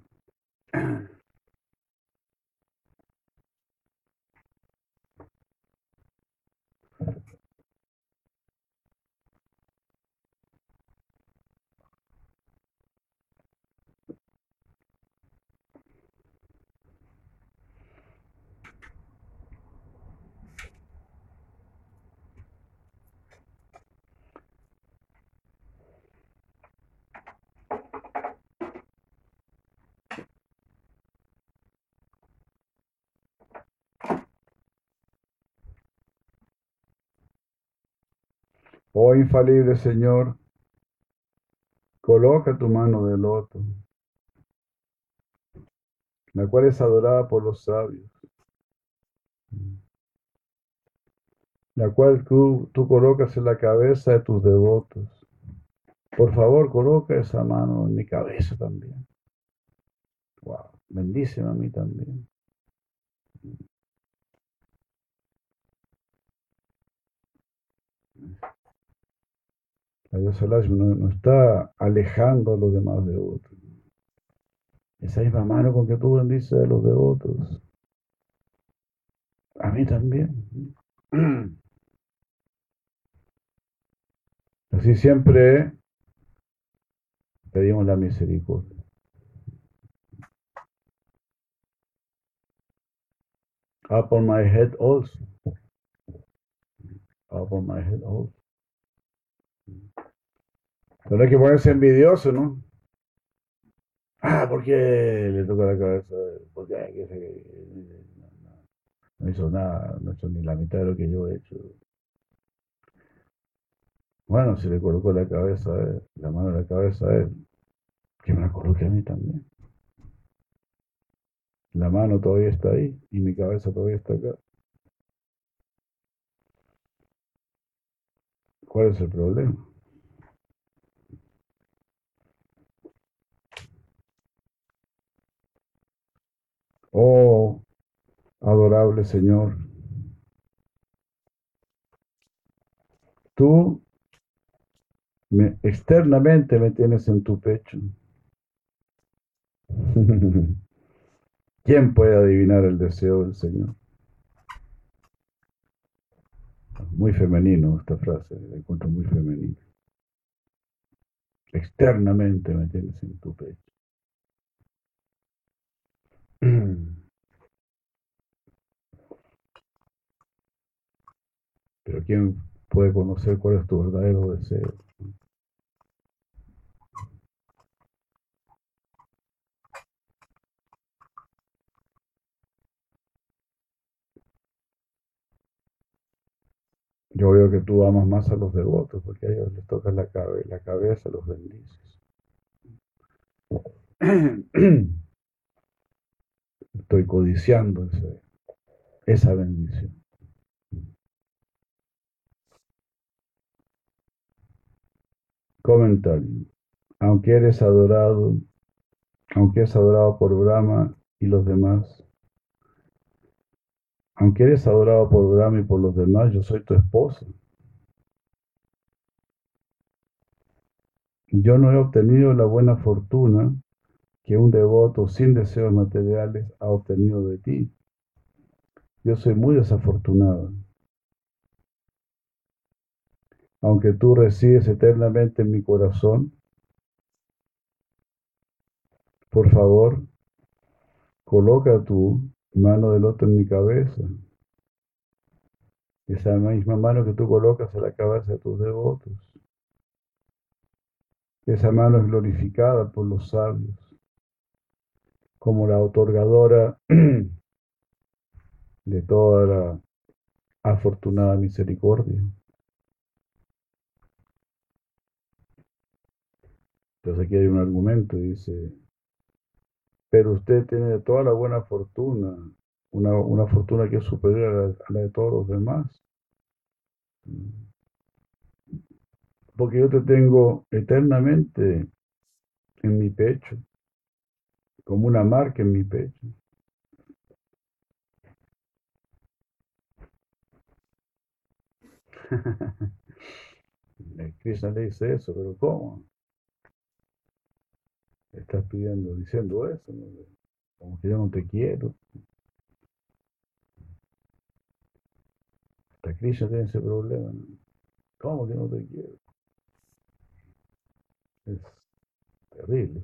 Oh infalible Señor, coloca tu mano de loto, la cual es adorada por los sabios, la cual tú colocas en la cabeza de tus devotos. Por favor, coloca esa mano en mi cabeza también. Wow, bendíceme a mí también. La diosa Lakshmi no está alejando a los demás devotos. Esa misma mano con que tú bendices a los devotos, a mí también. Así siempre pedimos la misericordia. Upon my head also. Upon my head also. Pero hay que ponerse envidioso, ¿no? Ah, ¿por qué le toca la cabeza? ¿Por qué? No hizo nada, no hizo ni la mitad de lo que yo he hecho. Bueno, si le colocó la cabeza a él, la mano en la cabeza a él, que me la coloque a mí también. La mano todavía está ahí y mi cabeza todavía está acá. ¿Cuál es el problema? Oh, adorable Señor, tú externamente me tienes en tu pecho. ¿Quién puede adivinar el deseo del Señor? Muy femenino esta frase, la encuentro muy femenina. Externamente me tienes en tu pecho. Pero ¿quién puede conocer cuál es tu verdadero deseo? Yo veo que tú amas más a los devotos porque a ellos les tocas la cabeza, los bendices. Estoy codiciando esa bendición. Comentario. Aunque eres adorado, aunque es adorado por Brahma y los demás, aunque eres adorado por Brahma y por los demás, yo soy tu esposa. Yo no he obtenido la buena fortuna que un devoto sin deseos materiales ha obtenido de ti. Yo soy muy desafortunado. Aunque tú resides eternamente en mi corazón, por favor, coloca tu mano del otro en mi cabeza. Esa misma mano que tú colocas en la cabeza de tus devotos. Esa mano es glorificada por los sabios como la otorgadora de toda la afortunada misericordia. Entonces aquí hay un argumento, dice, pero usted tiene toda la buena fortuna, una fortuna que es superior a la de todos los demás. Porque yo te tengo eternamente en mi pecho, como una marca en mi pecho. Krishna le dice eso, pero ¿cómo? Estás diciendo eso, ¿no? Como que yo no te quiero. Hasta Krishna tiene ese problema, ¿no? ¿Cómo que no te quiero? Es terrible.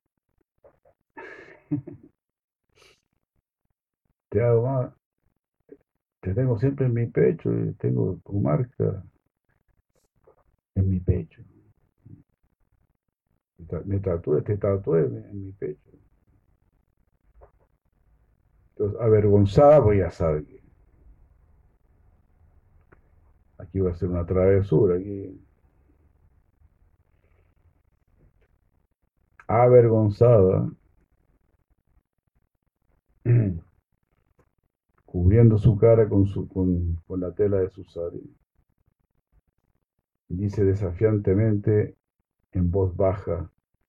Te hago más, te tengo siempre en mi pecho y tengo tu marca en mi pecho. Te tatué en mi pecho. Entonces, avergonzada, pues ya sabe que aquí va a ser una travesura. Aquí, avergonzada, cubriendo su cara con la tela de su sari, dice desafiantemente en voz baja,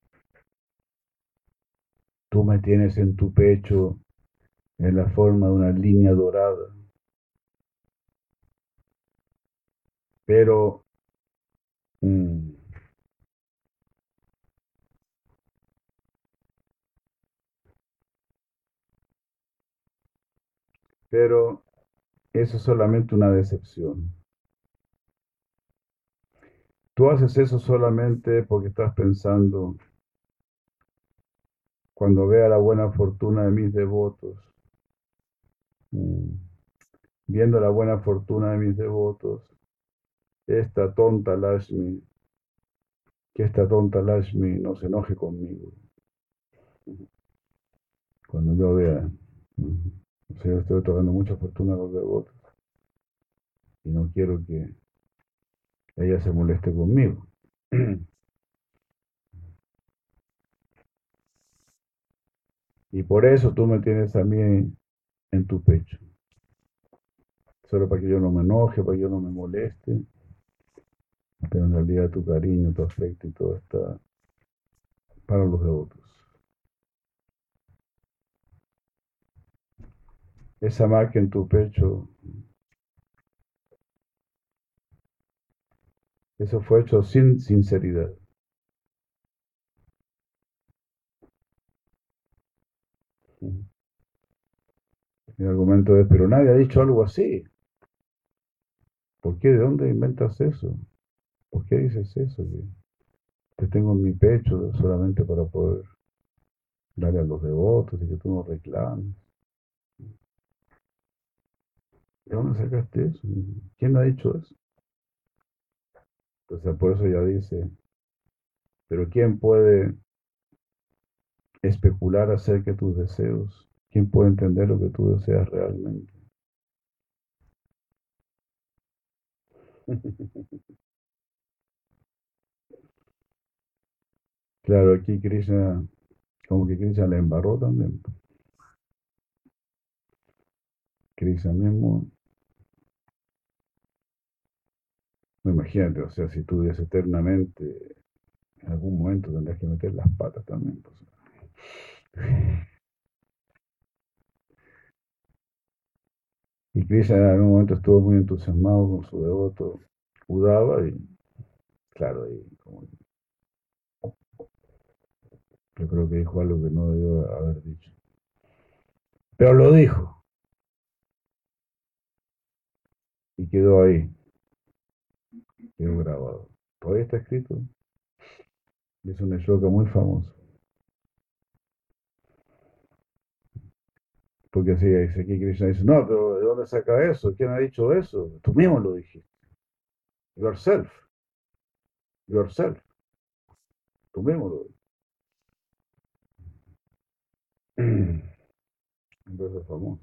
tú me tienes en tu pecho en la forma de una línea dorada, pero, mm, pero eso es solamente una decepción. Tú haces eso solamente porque estás pensando, cuando vea la buena fortuna de mis devotos, mm, viendo la buena fortuna de mis devotos, esta tonta Lashmi, que esta tonta Lashmi no se enoje conmigo. Cuando yo vea, o sea, yo estoy otorgando mucha fortuna a los devotos y no quiero que ella se moleste conmigo. Y por eso tú me tienes a mí en tu pecho. Solo para que yo no me enoje, para que yo no me moleste. Pero en realidad tu cariño, tu afecto y todo está para los devotos. Esa marca en tu pecho, eso fue hecho sin sinceridad. El argumento es, pero nadie ha dicho algo así. ¿Por qué? ¿De dónde inventas eso? ¿Por qué dices eso? Que te tengo en mi pecho solamente para poder darle a los devotos y que tú no reclames. ¿De dónde sacaste eso? ¿Quién ha dicho eso? Entonces, por eso ya dice, pero ¿quién puede especular acerca de tus deseos? ¿Quién puede entender lo que tú deseas realmente? Claro, aquí Krishna, como que Krishna le embarró también. Krishna mismo, no, imagínate, o sea, si tú vives eternamente, en algún momento tendrás que meter las patas también, pues. Y Krishna en algún momento estuvo muy entusiasmado con su devoto Udava y claro, y como yo creo que dijo algo que no debió haber dicho. Pero lo dijo y quedó ahí, quedó grabado. Todavía está escrito y es un shloka muy famoso. Porque así dice aquí Krishna dice, no, pero ¿de dónde saca eso? ¿Quién ha dicho eso? Tú mismo lo dijiste. Yourself, yourself, tú mismo lo dijiste. Entonces es famoso.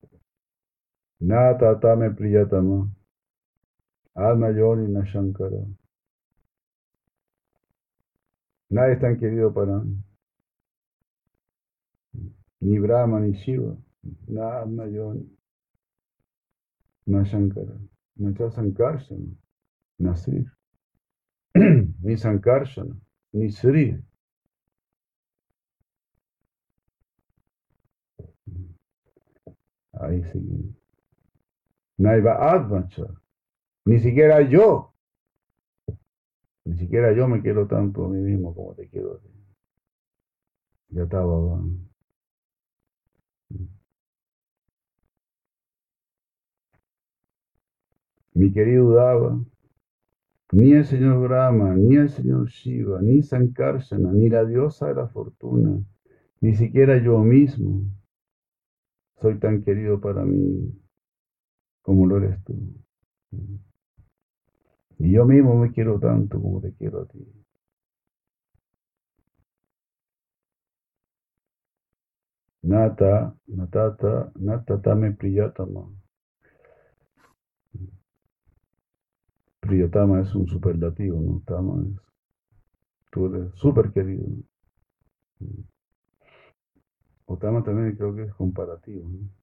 Nata tame priyatama, alma yoni na shankara. Nadie es tan querido para mí, ni Brahma ni Shiva, na alma yoni na shankara, na cha sankarsana, na Sri, ni sankarsana, ni Sri. Ahí sí. Naiva Advacha, ni siquiera yo, ni siquiera yo me quiero tanto a mí mismo como te quiero a ti. Ya estaba. Mi querido Dava, ni el señor Brahma, ni el señor Shiva, ni Sankarsana, ni la diosa de la fortuna, ni siquiera yo mismo soy tan querido para mí como lo eres tú. Y yo mismo me quiero tanto como te quiero a ti. Nata, natata, natata me priyatama. Priyatama es un superlativo, ¿no? Tama es, tú eres súper querido. O tama también creo que es comparativo, ¿no? En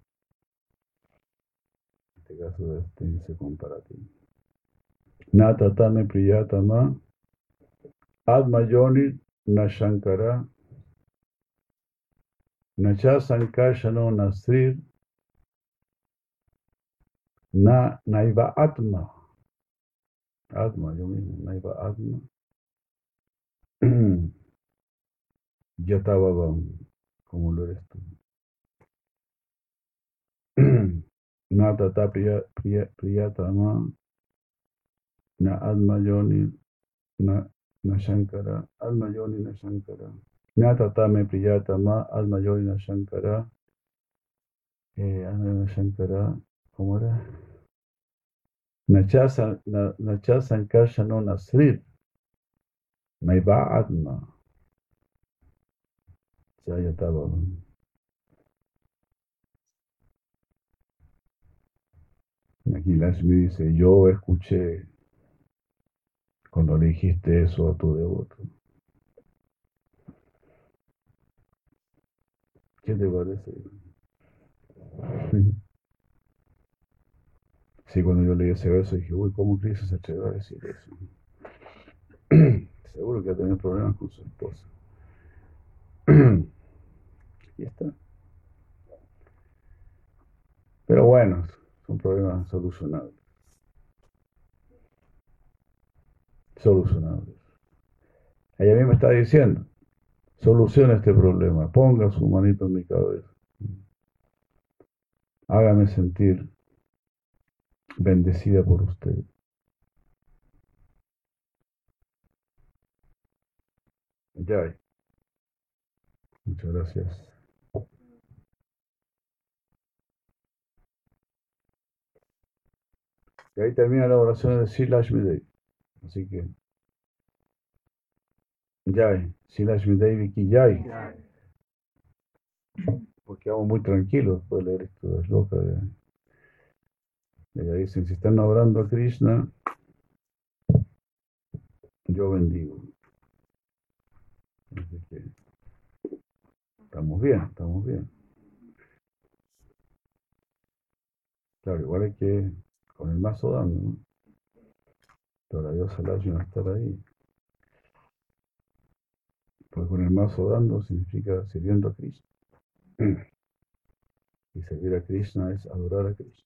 este caso este dice comparativo. Natata me priyatama, Atma Yoni na Shankara, Nacha Sankarshano Nasrir, na Naiva Atma, Atma, yo mismo, Naiva Atma, Yatavavam, como lo eres tú. Na Tata Priyatama, na Atma Yoni, na Shankara, Atma Yoni na Shankara. Na Tata me Priyatama, Atma Yoni na Shankara, Atma Yoni na Shankara, ¿cómo era? Nacha Sankarshano Nasrir. Naiva Atma. Ya estaba. Aquí Lakshmi dice, yo escuché cuando le dijiste eso a tu devoto. ¿Qué te parece? Sí, cuando yo leí ese verso dije, uy, ¿cómo Cristo se atrevió a decir eso? Seguro que va a tener problemas con su esposa. Y está. Pero bueno, son problemas solucionables. Solucionables. Ella misma está diciendo, soluciona este problema, ponga su manito en mi cabeza. Hágame sentir bendecida por usted. Ya, muchas gracias. Y ahí termina la oración de Sri Lakshmi Devi. Así que, Jai, Sri Lakshmi Devi ki Jai. Porque vamos muy tranquilos después de leer esto de Shloka. Ella dice, si están adorando a Krishna, yo bendigo. Así que estamos bien, estamos bien. Claro, igual hay que con el mazo dando, ¿no? Pero la diosa Lakshmi no estar ahí. Porque con el mazo dando significa sirviendo a Krishna. Y servir a Krishna es adorar a Krishna.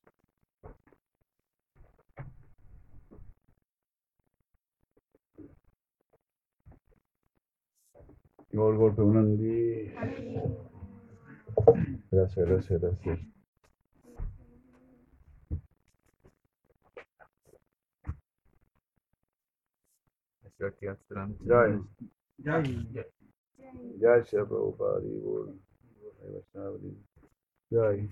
Gol, golpe, un Andy. Gracias, gracias, gracias. Jai. Jai, Shri Prabhupada, Gol. Jai.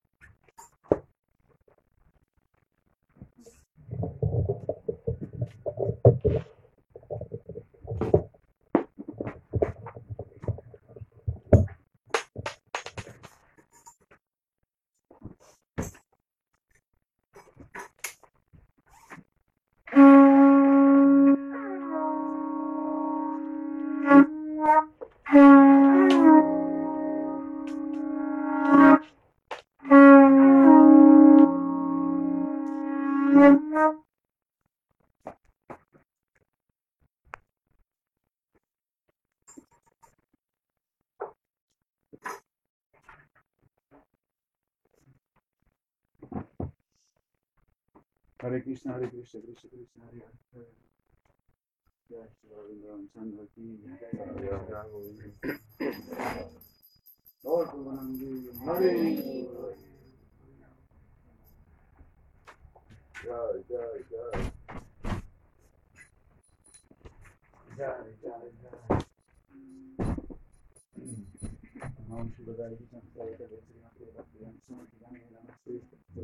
Hare Krishna, Hare Krishna, Krishna Krishna, Hare Hare. Jai Shri Ravindran Chandra ki Jai. Lord Bhuvanandi, Hare. Jai, Jai, Jai. Jai, Jai, Jai. Nam Shivadai Krishna, Jai Jai Sri Ram Samaki Gani Namaste,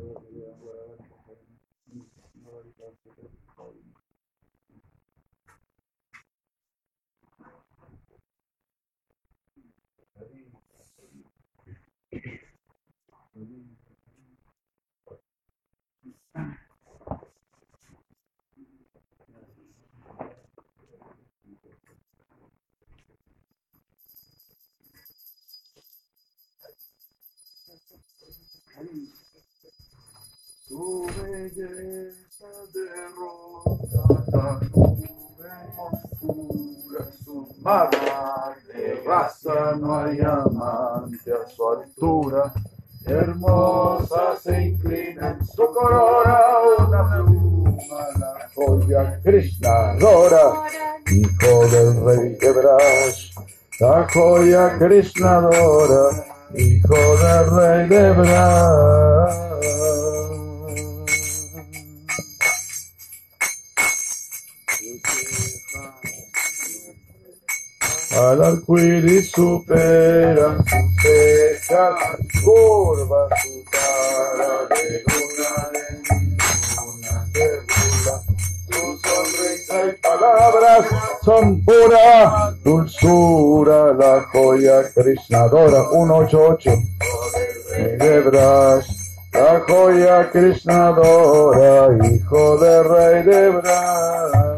Tu belleza derrota nube oscura, su mar de raza no hay amante a su altura. Hermosa se inclina en su corona una pluma, la joya Krishna Dora, hijo del rey de Braj. La joya Krishna Dora, hijo del rey de Braj. Al arcoíris supera sus cejas curvas, su cara de luna se burla. Su sonrisa y palabras son pura dulzura. La joya Krishnadora 188 de Braj. La joya Krishnadora, hijo del rey de Braj.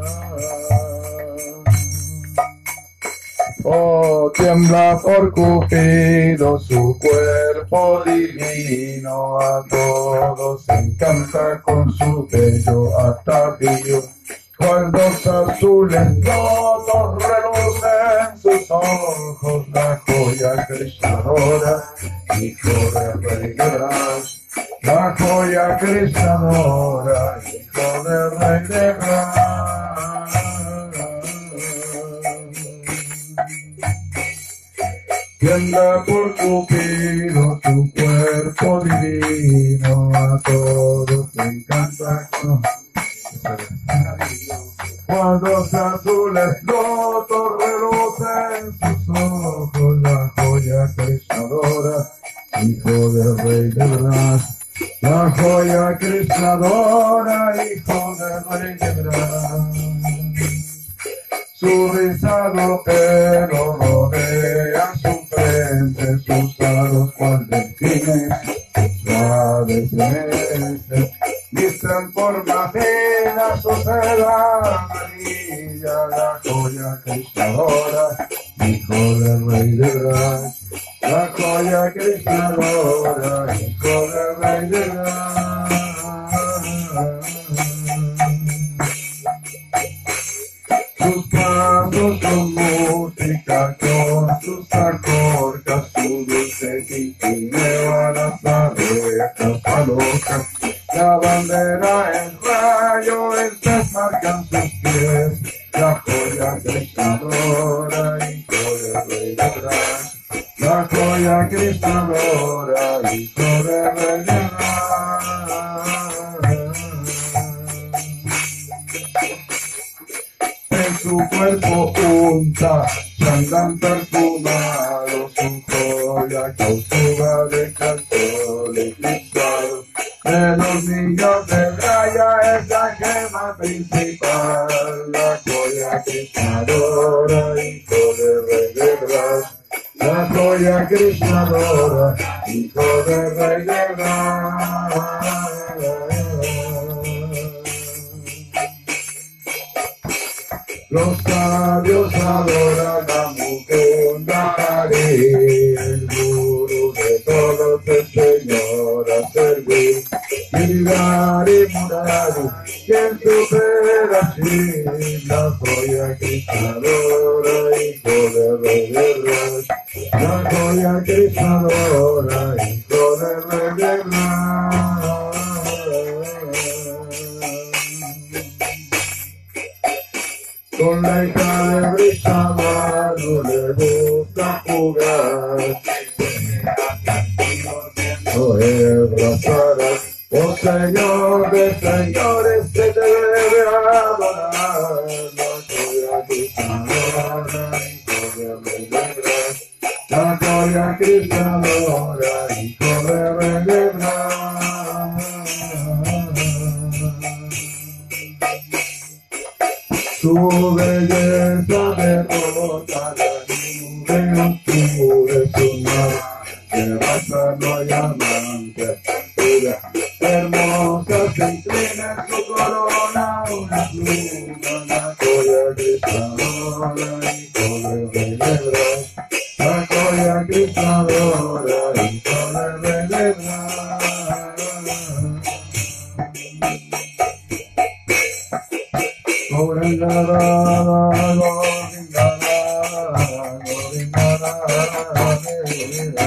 Oh, tiembla por Cupido su cuerpo divino, a todos encanta con su bello atavío. Cuerdos azules todos relucen sus ojos, la joya Krishnadora, hijo del rey de Braj. La joya Krishnadora, hijo del rey de Braj. Tiembla por Cupido tu cuerpo divino, a todos te encanta con cuadros azules lotos relucen sus ojos, la joya Krishnadora, hijo del rey de Braj. La joya Krishnadora, hijo del rey de Braj. Su rizado pelo rodea su frente, sus aros cual delfines, suaves celestes, visten forma fina su seda amarilla. gloria, la joya Krishnadora, hijo del rey de Raj. La joya Krishnadora, hijo del rey de Raj. Sus pasos son música con sus acorcas, su dulce tintineo a las abejas palocas. La bandera en rayo, estas marcan sus pies. La joya Krishnadora, hijo del rey de Raj. La joya Krishnadora, hijo del rey de Raj. En su cuerpo unta chandan perfumados, su joya causuga de cartón eclipsado. De los niños de Raya es la gema principal, la joya Krishnadora, hijo del rey de Raj. La joya Krishnadora, hijo del rey de Raj. Los sabios adoran a Mukunda Hari, el gurú de todos, el Señor a servir. Giridhari Murari, quien supera así, la joya Krishnadora, hijo del rey de Raj. La joya Krishnadora, hijo del rey de Raj. Con la hija de Vrishabhanu le gusta jugar. No es Rasaras, oh Señor de señores, que te debe adorar. La joya Krishnadora, hijo del rey de Raj. La joya Krishnadora, hijo del rey de Raj. Su belleza derrota la nube oscura, su mar, que raza no hay amante, pura, hermosa se inclina en su corona una pluma, la joya Krishnadora, hijo del rey de Raj. La joya Krishnadora, hijo del rey de Raj. Govinda, Govinda, Govinda,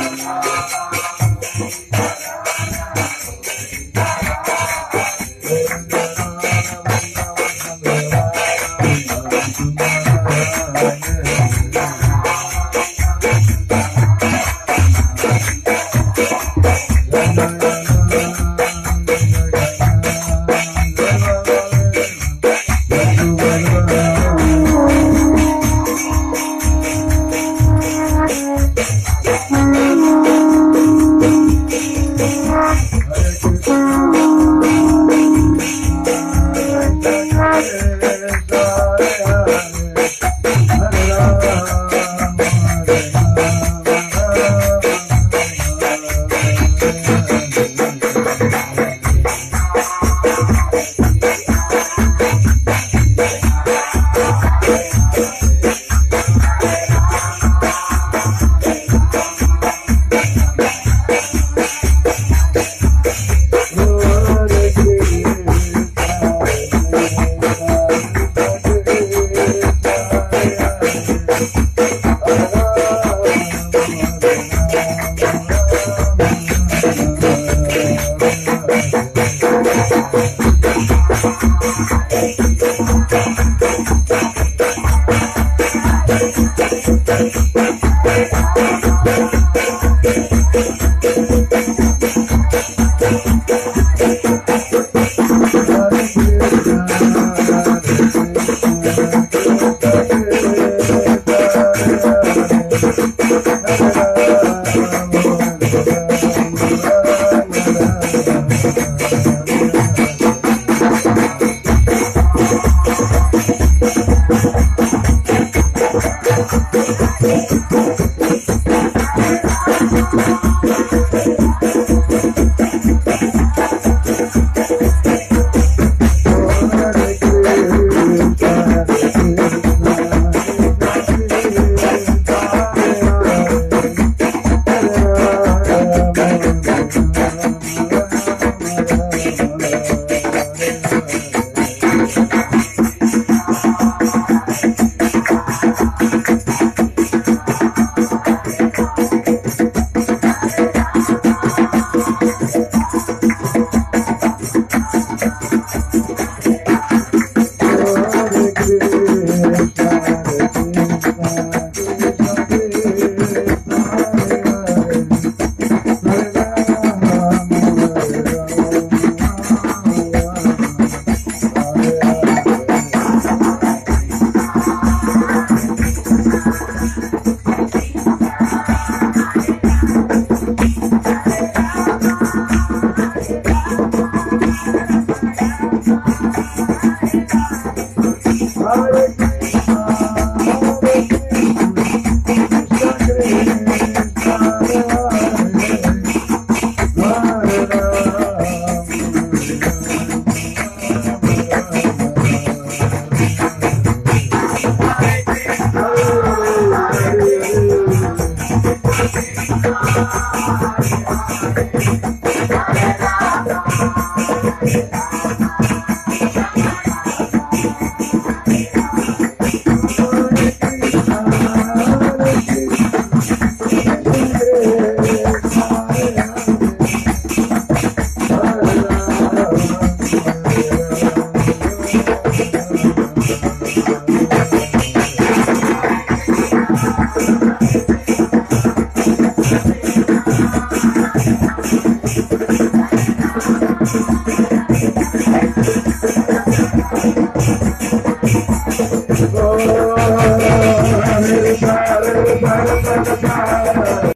Hare